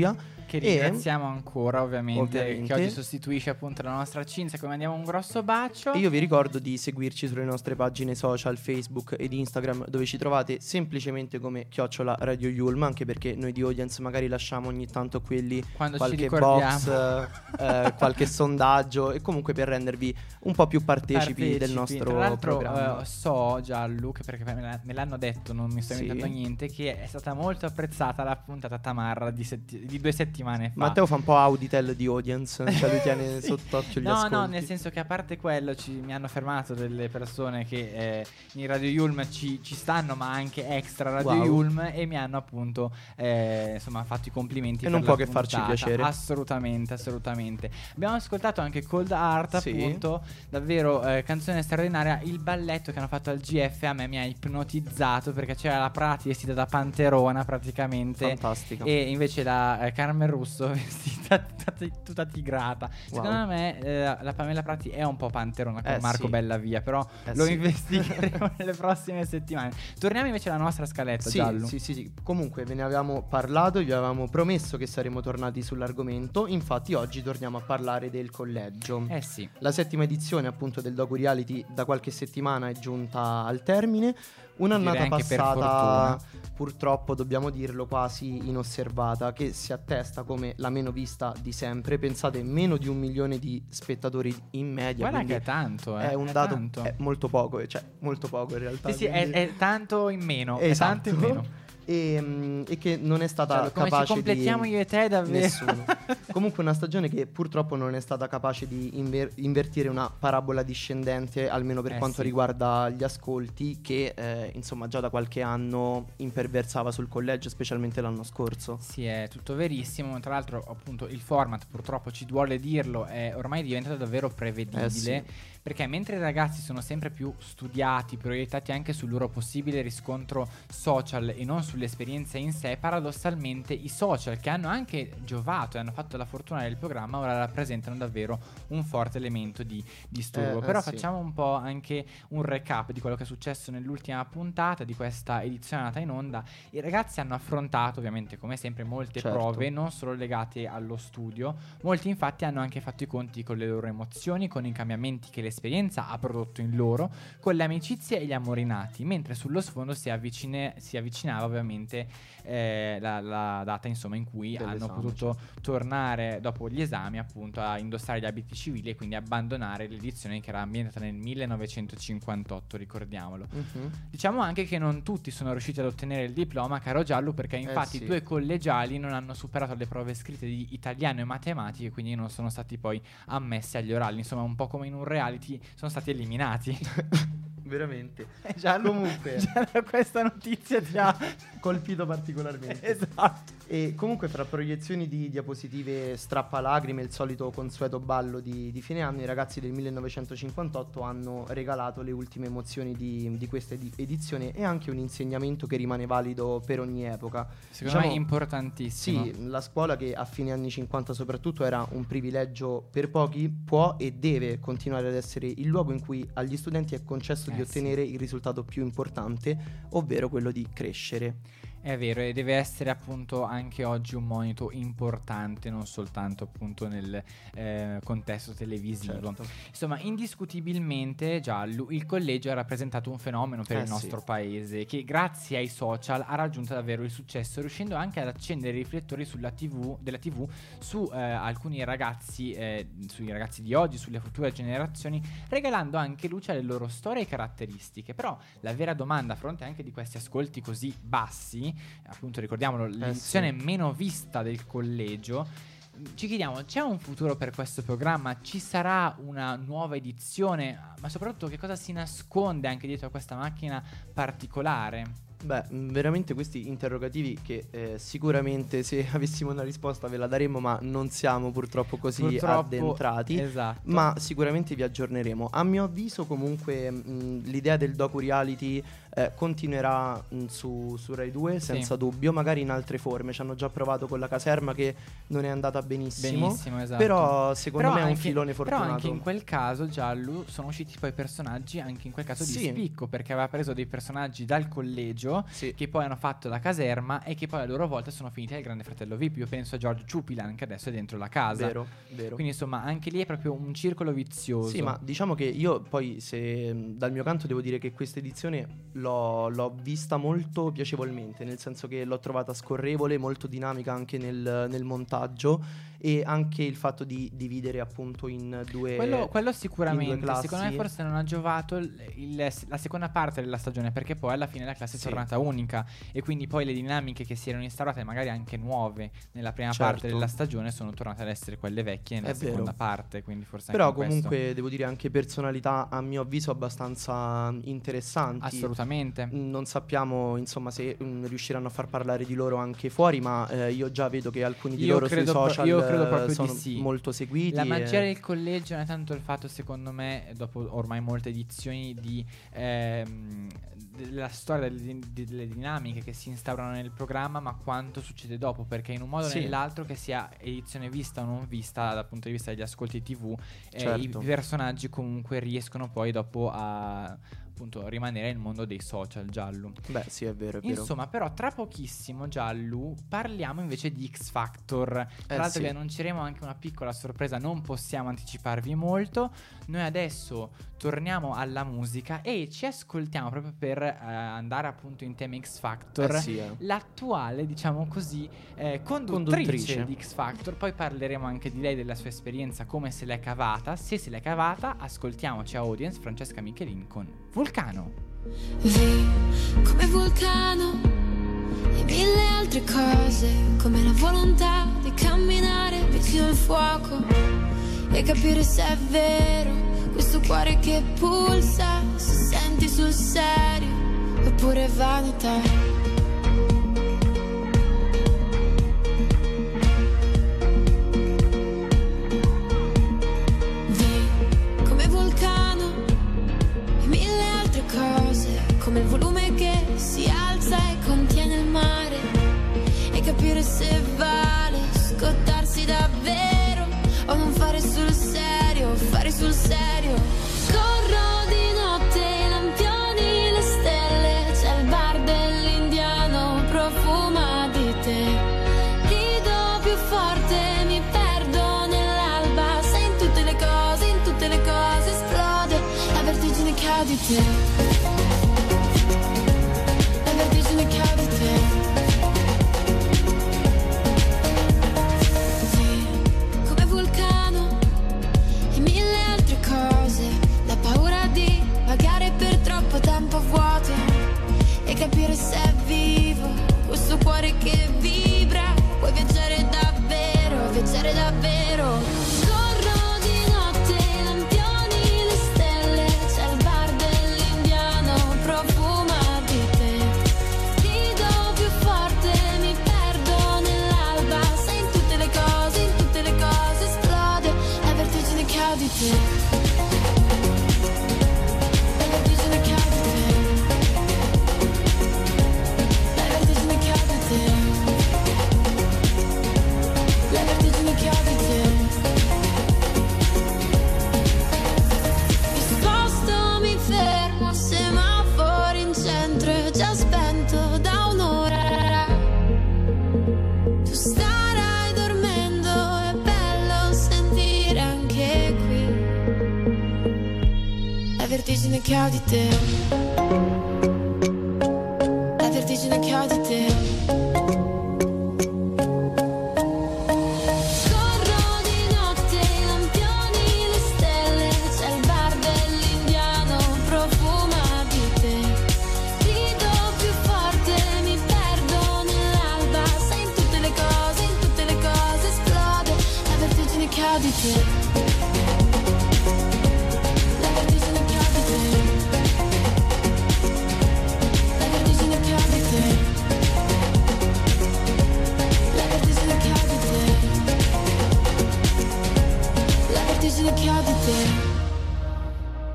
che
E-
ringraziamo ancora ovviamente,
Ovviamente.
che oggi sostituisce appunto la nostra Cinzia, come mandiamo un grosso bacio.
E io vi ricordo di seguirci sulle nostre pagine social, Facebook ed Instagram, dove ci trovate semplicemente come chiocciola Radio Yulm, anche perché noi di Audience magari lasciamo ogni tanto quelli
Quando ci
qualche
ricordiamo.
box, eh, qualche sondaggio, e comunque per rendervi un po' più partecipi, del nostro
Tra l'altro
programma.
eh, so Giallo, che perché me, la- me l'hanno detto, non mi sto
Sì.
inventando niente, che è stata molto apprezzata la puntata Tamarra di, setti- di due settimane fa.
Matteo fa un po' Auditel di Audience, cioè lui tiene
Sì.
sott'occhio gli
No,
ascolti.
no, nel senso che a parte quello ci, mi hanno fermato delle persone che eh, in Radio Yulm ci, ci stanno, ma anche extra Radio
Wow.
Yulm, e mi hanno appunto eh, insomma fatto i complimenti
E
per
non
la
può che farci
puntata.
piacere.
Assolutamente, assolutamente. Abbiamo ascoltato anche Cold Heart,
Sì.
appunto, davvero eh, canzone straordinaria. Il balletto che hanno fatto al G F a me mi ha ipnotizzato, perché c'era la Prati vestita da panterona praticamente,
Fantastica.
e invece la eh, Carmen Russo vestita tutta, tutta tigrata.
Wow.
Secondo me eh, la Pamela Prati è un po' panterona con
Eh,
Marco
sì.
Bellavia, però
Eh,
lo
sì.
investigheremo nelle prossime settimane. Torniamo invece alla nostra scaletta,
Sì,
Giallo.
sì, sì, sì. Comunque ve ne avevamo parlato, vi avevamo promesso che saremmo tornati sull'argomento. Infatti oggi torniamo a parlare del collegio.
Eh sì.
La settima edizione appunto del Docu Reality da qualche settimana è giunta al termine. Un'annata
Direi anche per
passata, purtroppo dobbiamo dirlo, quasi inosservata, che si attesta come la meno vista di sempre. Pensate, meno di un milione di spettatori in media.
Guarda
quindi
che è tanto, eh.
è un
è
dato
tanto.
è molto poco, cioè molto poco in realtà.
Sì, sì, è,
quindi-
è tanto in meno.
Esatto.
È tanto in meno.
E, mm, e che non è stata
Giallo, come ci
capace
completiamo
di
io e te, davvero.
nessuno. Comunque una stagione che purtroppo non è stata capace di inver- invertire una parabola discendente, almeno per
Eh,
quanto
sì.
riguarda gli ascolti, che eh, insomma già da qualche anno imperversava sul collegio, specialmente l'anno scorso.
Sì, è tutto verissimo. Tra l'altro, appunto, il format, purtroppo ci duole dirlo, è ormai diventato davvero prevedibile.
Eh, sì.
Perché mentre i ragazzi sono sempre più studiati, proiettati anche sul loro possibile riscontro social e non sull'esperienza in sé, paradossalmente i social, che hanno anche giovato e hanno fatto la fortuna del programma, ora rappresentano davvero un forte elemento di disturbo.
Eh, eh,
Però
sì.
facciamo un po' anche un recap di quello che è successo nell'ultima puntata di questa edizione andata in onda. I ragazzi hanno affrontato, ovviamente come sempre, molte
Certo.
prove, non solo legate allo studio. Molti infatti hanno anche fatto i conti con le loro emozioni, con i cambiamenti che l'esperienza ha prodotto in loro, con le amicizie e gli amori nati, mentre sullo sfondo si, avvicine- si avvicinava ovviamente eh, la, la data insomma in cui hanno
Dell'esame,
potuto tornare dopo gli esami appunto a indossare gli abiti civili e quindi abbandonare l'edizione che era ambientata nel millenovecentocinquantotto, ricordiamolo.
Mhm.
Diciamo anche che non tutti sono riusciti ad ottenere il diploma, caro Giallo, perché infatti
Eh, sì.
due collegiali non hanno superato le prove scritte di italiano e matematica e quindi non sono stati poi ammessi agli orali. Insomma, un po' come in un reality, sono stati eliminati.
Veramente.
Giallo,
Comunque-
Giallo, questa notizia ti ha
Colpito particolarmente.
esatto.
E comunque fra proiezioni di diapositive strappalacrime e il solito consueto ballo di, di fine anno, i ragazzi del millenovecentocinquantotto hanno regalato le ultime emozioni di, di questa edi- edizione e anche un insegnamento che rimane valido per ogni epoca.
Secondo me è
Diciamo,
importantissimo.
Sì, la scuola, che a fine anni cinquanta soprattutto era un privilegio per pochi, può e deve continuare ad essere il luogo in cui agli studenti è concesso di
Eh,
ottenere il risultato più importante, ovvero quello di crescere.
È vero, e deve essere appunto anche oggi un monito importante, non soltanto appunto nel eh, contesto televisivo.
Certo.
Insomma, indiscutibilmente Giallo, il collegio ha rappresentato un fenomeno per
Eh,
il
sì.
nostro paese, che grazie ai social ha raggiunto davvero il successo, riuscendo anche ad accendere i riflettori sulla tivù, della tivù su eh, alcuni ragazzi, eh, sui ragazzi di oggi, sulle future generazioni, regalando anche luce alle loro storie e caratteristiche. Però la vera domanda, a fronte anche di questi ascolti così bassi, appunto ricordiamolo, l'edizione
sì.
meno vista del collegio, ci chiediamo, c'è un futuro per questo programma? Ci sarà una nuova edizione? Ma soprattutto, che cosa si nasconde anche dietro a questa macchina particolare?
Beh, mh, veramente questi interrogativi che eh, sicuramente se avessimo una risposta ve la daremmo, ma non siamo purtroppo così
Purtroppo,
addentrati.
esatto.
Ma sicuramente vi aggiorneremo. A mio avviso, comunque, mh, l'idea del docu reality eh, continuerà mh, su, su Rai due senza dubbio, magari in altre forme. Ci hanno già provato con la caserma che non è andata benissimo,
Benissimo, esatto.
però secondo
Però
me è un
anche-
filone fortunato.
Però anche in quel caso, Giallo, sono usciti poi personaggi anche in quel caso di
Sì.
spicco, perché aveva preso dei personaggi dal collegio
Sì.
che poi hanno fatto la caserma e che poi a loro volta sono finiti al Grande Fratello V I P. Io penso a George Ciupilan, che adesso è dentro la casa.
Vero, vero.
Quindi insomma anche lì è proprio un circolo vizioso.
Sì, ma diciamo che io poi, se mh, dal mio canto devo dire che questa edizione l'ho, l'ho vista molto piacevolmente, nel senso che l'ho trovata scorrevole, molto dinamica anche nel, nel montaggio, e anche il fatto di dividere appunto in due
Quello, quello
in
sicuramente,
due classi.
secondo me forse non ha giovato il- il- la seconda parte della stagione, perché poi alla fine la classe è
Sì.
tornata unica e quindi poi le dinamiche che si erano instaurate, magari anche nuove nella prima
Certo.
parte della stagione, sono tornate ad essere quelle vecchie nella
È vero.
seconda parte, quindi forse
Però
anche questo.
comunque devo dire anche personalità a mio avviso abbastanza interessanti.
Assolutamente.
Mm, Non sappiamo insomma se mm, riusciranno a far parlare di loro anche fuori, ma eh, io già vedo che alcuni di
Io
loro
credo
sui
pro-
social
io credo proprio
eh,
di
sono
sì.
molto seguiti.
La
e-
magia del collegio non è tanto il fatto, secondo me, dopo ormai molte edizioni, di ehm, della storia delle, delle dinamiche che si instaurano nel programma, ma quanto succede dopo, perché in un modo o
Sì.
nell'altro, che sia edizione vista o non vista dal punto di vista degli ascolti tivù, eh,
Certo.
i personaggi comunque riescono poi dopo a appunto rimanere nel mondo dei social. Giallo.
Beh, sì, è vero, è vero.
Insomma, però tra pochissimo, Giallo, parliamo invece di X Factor. Tra
Eh,
l'altro
sì.
vi annunceremo anche una piccola sorpresa, non possiamo anticiparvi molto. Noi adesso torniamo alla musica e ci ascoltiamo, proprio per eh, andare appunto in tema X Factor,
Eh, sì, eh.
l'attuale, diciamo così, eh, conduttrice,
Conduttrice.
di X Factor. Poi parleremo anche di lei, della sua esperienza, come se l'è cavata. Se se l'è cavata, ascoltiamoci a Audience Francesca Michelin con Vulcano.
Vi come vulcano e mille altre cose, come la volontà di camminare vicino al fuoco e capire se è vero questo cuore che pulsa, se senti sul serio oppure vanità. Vi come vulcano e mille altre cose, come il volume che si alza e contiene il mare, e capire se vale scottarsi davvero o non fare sul serio, fare sul serio. Corro di notte, i lampioni, le stelle, c'è il bar dell'indiano, profuma di te. Rido più forte, mi perdo nell'alba, sei in tutte le cose, in tutte le cose esplode la vertigine che ha di te. La vertigine che ha di te. Sì, come vulcano e mille altre cose, la paura di vagare per troppo tempo a vuoto e capire se è vivo questo cuore che vibra. Puoi viaggiare davvero, viaggiare davvero. Corro di notte, i lampioni, le stelle, c'è il bar dell'indiano, profuma di te. Rido più forte, mi perdo nell'alba, sei in tutte le cose, in tutte le cose esplode la vertigine che ha di te. La vertigine che ha di te. La vertigine che ha di te. La vertigine che ha di te. Mi sposto, mi fermo, semaforo in centro, è già spento da un'ora. Tu starai dormendo, è bello sentire anche qui la vertigine che ha di te. La vertigine che ha di te. Corro di notte, i lampioni, le stelle, c'è il bar dell'indiano, profuma di te. Rido più forte, mi perdo nell'alba, sei in tutte le cose, in tutte le cose esplode la vertigine che ha di te. La vertigine che ha di te. La vertigine che ha di te. La vertigine che ha di te. La vertigine che ha di te.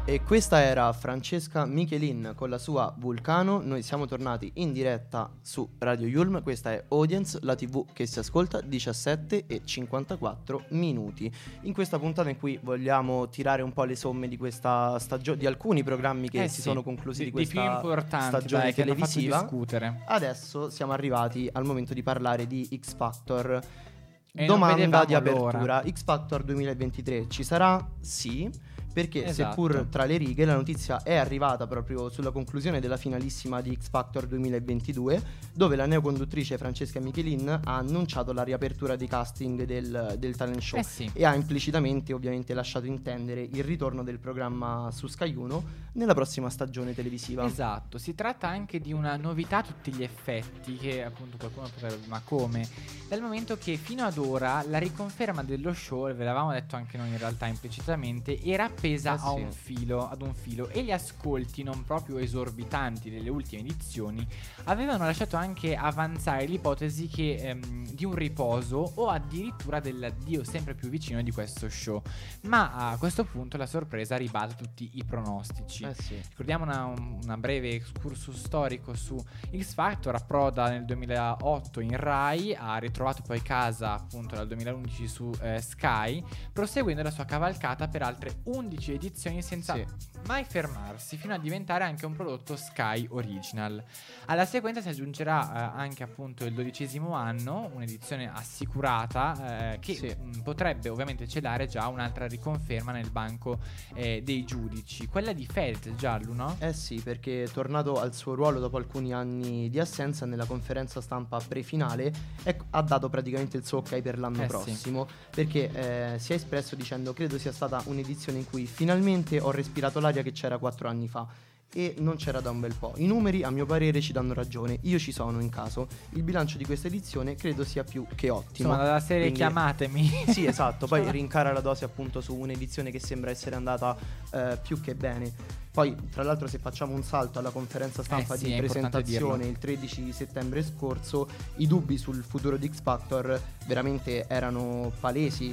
E questa era Francesca Michelin con la sua Vulcano. Noi siamo tornati in diretta su Radio Yulm. Questa è Audience, la tivù che si ascolta, diciassette e cinquantaquattro minuti. In questa puntata in cui vogliamo tirare un po' le somme di questa stagione, di alcuni programmi che
Eh
si
sì,
sono conclusi di,
di più
questa
importanti,
stagione
dai, che hanno fatto
televisiva.
discutere.
Adesso siamo arrivati al momento di parlare di X Factor.
E non
Domanda
vedevamo
di apertura:
l'ora.
X Factor duemilaventitré ci sarà? Sì, perché
Esatto.
seppur tra le righe la notizia è arrivata proprio sulla conclusione della finalissima di X Factor duemilaventidue, dove la neoconduttrice Francesca Michelin ha annunciato la riapertura dei casting del, del talent show
Eh sì.
e ha implicitamente ovviamente lasciato intendere il ritorno del programma su Sky uno nella prossima stagione televisiva.
Esatto, si tratta anche di una novità a tutti gli effetti, che appunto qualcuno potrebbe, ma come? Dal momento che fino ad ora la riconferma dello show, ve l'avevamo detto anche noi in realtà implicitamente, era appesa
Eh
a
sì.
un filo, ad un filo, e gli ascolti non proprio esorbitanti delle ultime edizioni avevano lasciato anche avanzare l'ipotesi che ehm, di un riposo o addirittura dell'addio sempre più vicino di questo show. Ma a questo punto la sorpresa ribalta tutti i pronostici.
Eh sì.
Ricordiamo una, una breve excursus storico su X Factor. Approda nel duemilaotto in Rai, ha ritrovato poi casa appunto dal duemilaundici su eh, Sky, proseguendo la sua cavalcata per altre undici edizioni senza
Sì.
mai fermarsi, fino a diventare anche un prodotto Sky Original. Alla sequenza si aggiungerà eh, anche appunto il dodicesimo anno, un'edizione assicurata eh, che
Sì.
mh, potrebbe ovviamente celare già un'altra riconferma nel banco eh, dei giudici, quella di Felt, Giallo, no?
Eh sì, perché tornato al suo ruolo dopo alcuni anni di assenza, nella conferenza stampa prefinale ec- ha dato praticamente il suo ok per l'anno
Eh sì.
prossimo, perché eh, si è espresso dicendo: credo sia stata un'edizione in cui finalmente ho respirato l'aria che c'era quattro anni fa e non c'era da un bel po'. I numeri a mio parere ci danno ragione, io ci sono in caso. Il bilancio di questa edizione credo sia più che ottimo.
Insomma, dalla serie
Quindi-
chiamatemi.
Sì, esatto, poi rincara la dose appunto su un'edizione che sembra essere andata eh, più che bene. Poi, tra l'altro, se facciamo un salto alla conferenza stampa
Eh sì,
di
è importante
presentazione
dirlo.
il tredici settembre scorso, i dubbi sul futuro di X Factor veramente erano palesi.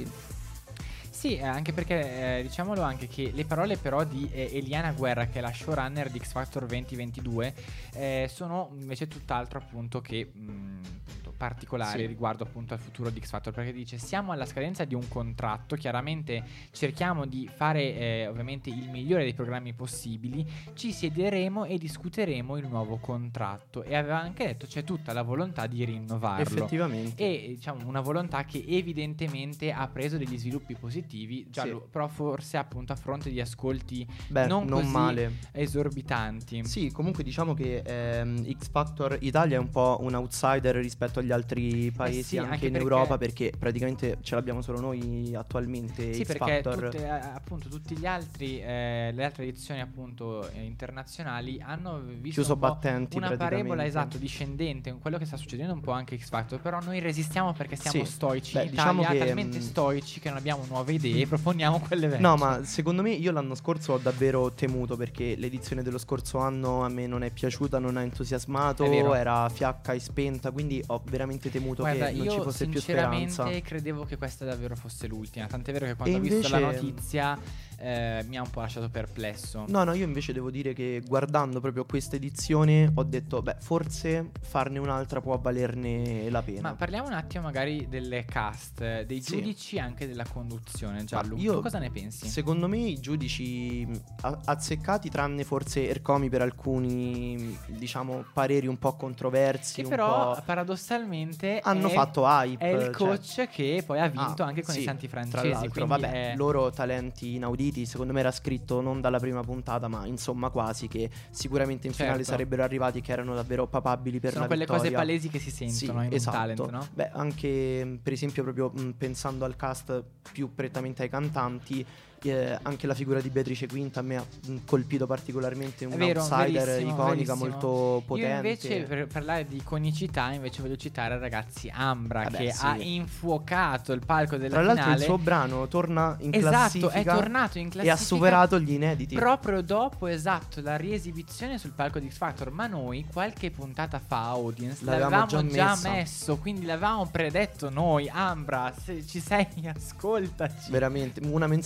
Sì, eh, anche perché eh, diciamolo anche che le parole però di eh, Eliana Guerra, che è la showrunner di X Factor duemilaventidue, eh, sono invece tutt'altro appunto che mh, appunto, particolari
Sì.
riguardo appunto al futuro di X Factor, perché dice: siamo alla scadenza di un contratto, chiaramente cerchiamo di fare eh, ovviamente il migliore dei programmi possibili, ci siederemo e discuteremo il nuovo contratto, e aveva anche detto c'è tutta la volontà di rinnovarlo.
Effettivamente.
E diciamo una volontà che evidentemente ha preso degli sviluppi positivi, Giallo,
Sì.
però forse appunto a fronte di ascolti
Beh,
non,
non
così
male.
esorbitanti.
Sì, comunque diciamo che ehm, X Factor Italia è un po' un outsider rispetto agli altri paesi,
Eh sì,
anche,
anche
in
perché-
Europa, perché praticamente ce l'abbiamo solo noi attualmente.
Sì,
X
perché
Factor.
tutte, eh, appunto tutti gli altri eh, le altre edizioni appunto eh, internazionali hanno visto
Chiuso
un po'
battenti
una
praticamente.
parabola, esatto, discendente, quello che sta succedendo un po' anche X Factor, però noi resistiamo perché siamo
Sì.
stoici.
Beh,
in
diciamo
Italia
che,
talmente
mh,
stoici che non abbiamo nuove idee, proponiamo quelle vecchie.
No, ma secondo me io l'anno scorso ho davvero temuto, perché l'edizione dello scorso anno a me non è piaciuta, non ha entusiasmato,
È vero.
era fiacca e spenta, quindi ho veramente temuto
Guarda,
che non
io
ci fosse più speranza.
sinceramente credevo che questa davvero fosse l'ultima. Tant'è vero che quando
E
ho visto la
invece-
notizia eh, mi ha un po' lasciato perplesso.
No, no, io invece devo dire che guardando proprio questa edizione ho detto, beh, forse farne un'altra può valerne la pena.
Ma parliamo un attimo magari delle cast, eh, dei
Sì.
giudici e anche della conduzione, Giallo.
io-
Tu cosa ne pensi?
Secondo me i giudici mh, a- azzeccati, tranne forse Ercomi per alcuni, mh, diciamo, pareri un po' controversi,
Che
un
però
po'...
paradossalmente
hanno
è,
fatto hype.
è il
cioè-
coach che poi ha vinto
Ah,
anche con
sì,
i Santi
Tra
Francesi.
l'altro,
quindi
vabbè,
è-
loro talenti inauditi, secondo me era scritto non dalla prima puntata, ma insomma quasi, che sicuramente in finale
Certo.
sarebbero arrivati, che erano davvero papabili per
sono
la
quelle cose
vittoria.
palesi che si sentono
Sì,
in
esatto.
un talent, no?
Beh, anche mh, per esempio proprio mh, pensando al cast più prettamente ai cantanti, eh, anche la figura di Beatrice Quinta a me ha mh, colpito particolarmente,
È
un
vero,
outsider
verissimo,
iconica,
verissimo.
molto potente.
Io invece per parlare di iconicità invece voglio citare ragazzi Ambra,
Vabbè,
che
sì.
ha infuocato il palco della
Tra l'altro
finale.
il suo brano torna in
Esatto,
classifica
è tornato in
e
classifica
ha superato gli inediti.
proprio dopo, esatto, la riesibizione sul palco di X Factor. Ma noi qualche puntata fa, Audience,
L'avevamo
l'avevamo
già
già,
messa.
messo, quindi l'avevamo predetto noi. Ambra, se ci sei, ascoltaci.
Veramente, una menzione d'onore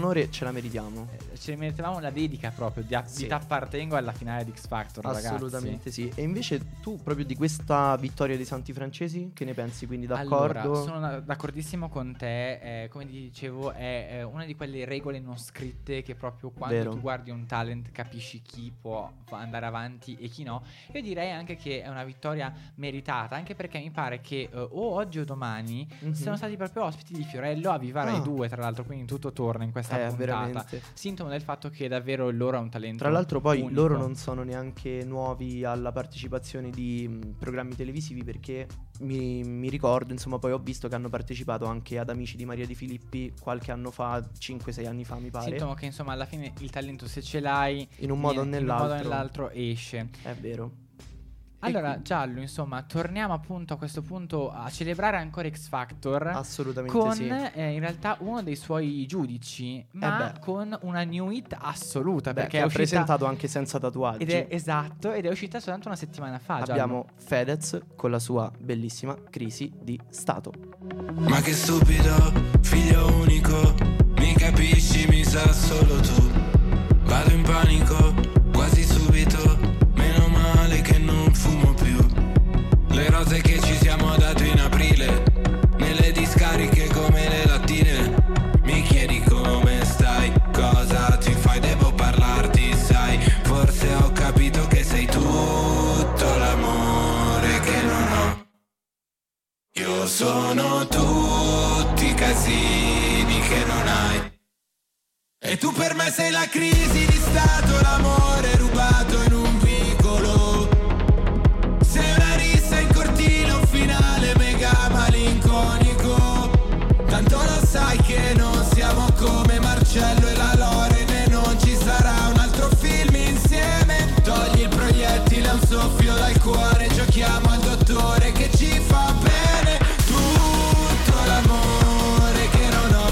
onore ce la meritiamo.
Eh, Ce ne mettevamo la dedica proprio di,
Sì.
di t'appartengo alla finale di X Factor, ragazzi.
Assolutamente sì. E invece tu proprio di questa vittoria dei Santi Francesi che ne pensi? Quindi d'accordo?
Allora, sono da- d'accordissimo con te. eh, come ti dicevo, è eh, una di quelle regole non scritte che proprio quando
Vero.
tu guardi un talent capisci chi può fa- andare avanti e chi no. Io direi anche che è una vittoria meritata, anche perché mi pare che eh, o oggi o domani
Mhm.
siano stati proprio ospiti di Fiorello a Vivara
Ah.
i due, tra l'altro, quindi tutto torna in questa
Eh,
puntata.
veramente.
Sintomo del fatto che davvero loro ha un talento.
Tra l'altro poi
unico.
loro non sono neanche nuovi alla partecipazione di mh, programmi televisivi, perché mi, mi ricordo, insomma, poi ho visto che hanno partecipato anche ad Amici di Maria Di Filippi qualche anno fa, cinque sei anni fa mi pare.
Sintomo che insomma alla fine il talento, se ce l'hai,
In un modo o
viene- in un modo o
nell'altro.
nell'altro esce.
È vero.
Allora,
qui-
Giallo, insomma, torniamo appunto a questo punto a celebrare ancora X Factor
Assolutamente
con
sì.
eh, in realtà uno dei suoi giudici, ma
beh.
con una new hit assoluta,
Beh,
perché
che
è
ha
uscita
presentato anche senza tatuaggi.
ed è esatto, ed è uscita soltanto una settimana fa, Giallo.
Abbiamo Fedez con la sua bellissima Crisi di Stato.
Ma che stupido, figlio unico, mi capisci, mi sa solo tu. Vado in panico, quasi subito, meno male che non fumo più. Le rose che ci siamo date in aprile, nelle discariche come le lattine. Mi chiedi come stai, cosa ti fai, devo parlarti, sai. Forse ho capito che sei tutto l'amore che non ho. Io sono tutti i casini che non hai. E tu per me sei la crisi di stato, l'amore rubato in un vicolo. Sei una rissa in cortile, un finale mega malinconico. Tanto lo sai che non siamo come Marcello e la Loren, e non ci sarà un altro film insieme. Togli il proiettile a un soffio dal cuore, giochiamo al dottore che ci fa bene. Tutto l'amore che non ho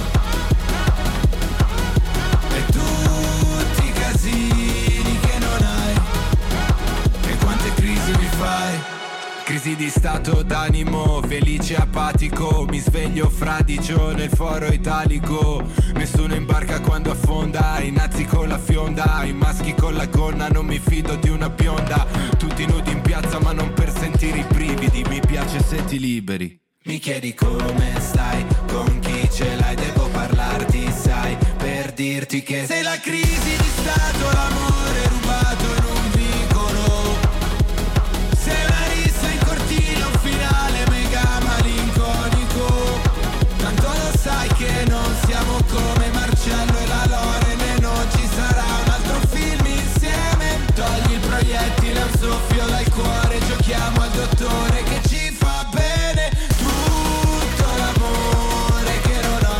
e tutti i casini che non hai. E quante crisi mi fai? Crisi di stato d'animo, felice apatico. Mi sveglio fradicio nel foro italico. Nessuno imbarca quando affonda, i nazi con la fionda, i maschi con la gonna, non mi fido di una bionda. Tutti nudi in piazza ma non per sentire i brividi, mi piace se ti liberi. Mi chiedi come stai, con chi ce l'hai, devo parlarti, sai, per dirti che sei la crisi di stato, l'amore rubato in un vicolo. Sei una rissa in cortile, un finale mega malinconico. Tanto lo sai che non siamo come Marcello e la Loren, e non ci sarà un altro film insieme. Togli il proiettile a un soffio dal cuore, giochiamo al dottore che ci fa bene. Tutto l'amore che non ho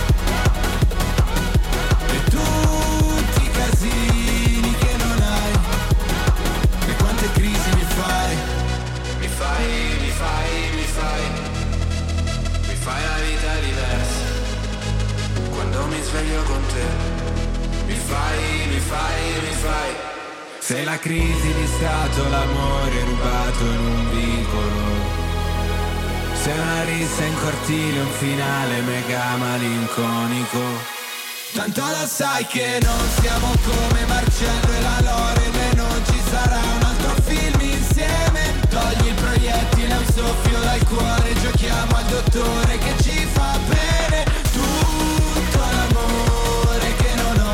e tutti i casini che non hai. E quante crisi mi fai? Mi fai, mi fai, mi fai. Mi fai la vita diversa quando mi sveglio con te. Mi fai, mi fai, mi fai. Sei la crisi di stato, l'amore rubato in un vicolo. Sei una rissa in cortile, un finale mega malinconico. Tanto lo sai che non siamo come Marcello e la Loren, e non ci sarà un altro film insieme. Togli il proiettile a un soffio dal cuore, giochiamo al dottore che ci fa bene. Tutto l'amore che non ho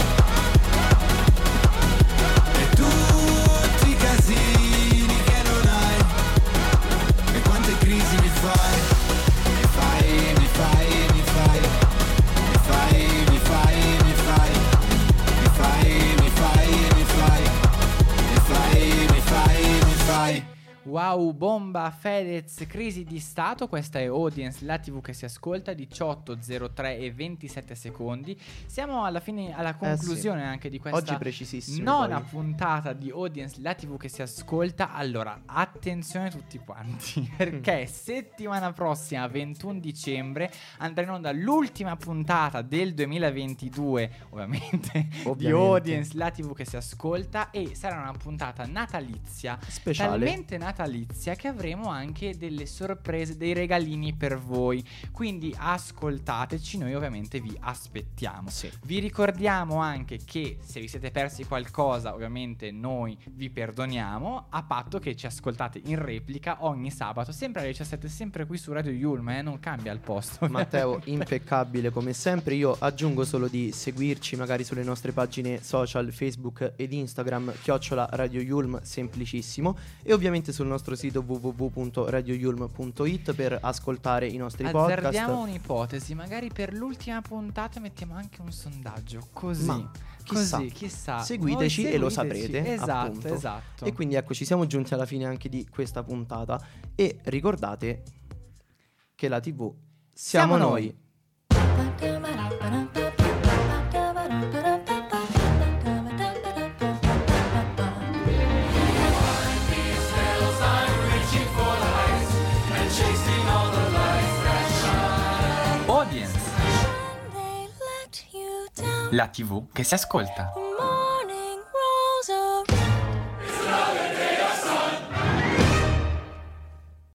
e tutti i casini che non hai. E quante crisi mi fai? Mi fai, mi fai, mi fai. Mi fai, mi fai, mi fai. Mi fai, mi fai, mi fai. Mi fai, mi fai, mi fai.
Wow, bomba, Fedez, crisi di stato. Questa è Audience, la tivù che si ascolta. Diciotto, zero tre e ventisette secondi. Siamo alla fine, alla conclusione anche di questa
Oggi precisissimo.
nona
poi.
puntata di Audience, la tivù che si ascolta. Allora, attenzione tutti quanti, perché settimana prossima, ventuno dicembre, andrà in onda l'ultima puntata del duemilaventidue, ovviamente, di
Ovviamente.
Audience, la tivù che si ascolta, e sarà una puntata natalizia,
Speciale.
talmente natalizia che avremo anche delle sorprese, dei regalini per voi. Quindi ascoltateci, noi ovviamente vi aspettiamo.
Sì.
Vi ricordiamo anche che se vi siete persi qualcosa, ovviamente noi vi perdoniamo, a patto che ci ascoltate in replica ogni sabato, sempre alle diciassette, sempre qui su Radio Yulm, eh? Non cambia il posto.
Matteo, impeccabile come sempre. Io aggiungo solo di seguirci magari sulle nostre pagine social, Facebook ed Instagram, chiocciola Radio Yulm, semplicissimo, e ovviamente sul nostro sito w w w punto radio yulm punto i t per ascoltare i nostri podcast.
Azzardiamo un'ipotesi, magari per l'ultima puntata mettiamo anche un sondaggio, così.
Ma chissà,
Così, chissà.
seguiteci
Voi
e lo
seguiteci.
saprete.
Esatto,
appunto.
esatto.
E quindi ecco, ci siamo giunti alla fine anche di questa puntata. E ricordate che la tivù siamo,
Siamo
noi.
noi. Audience, la tivù che si ascolta.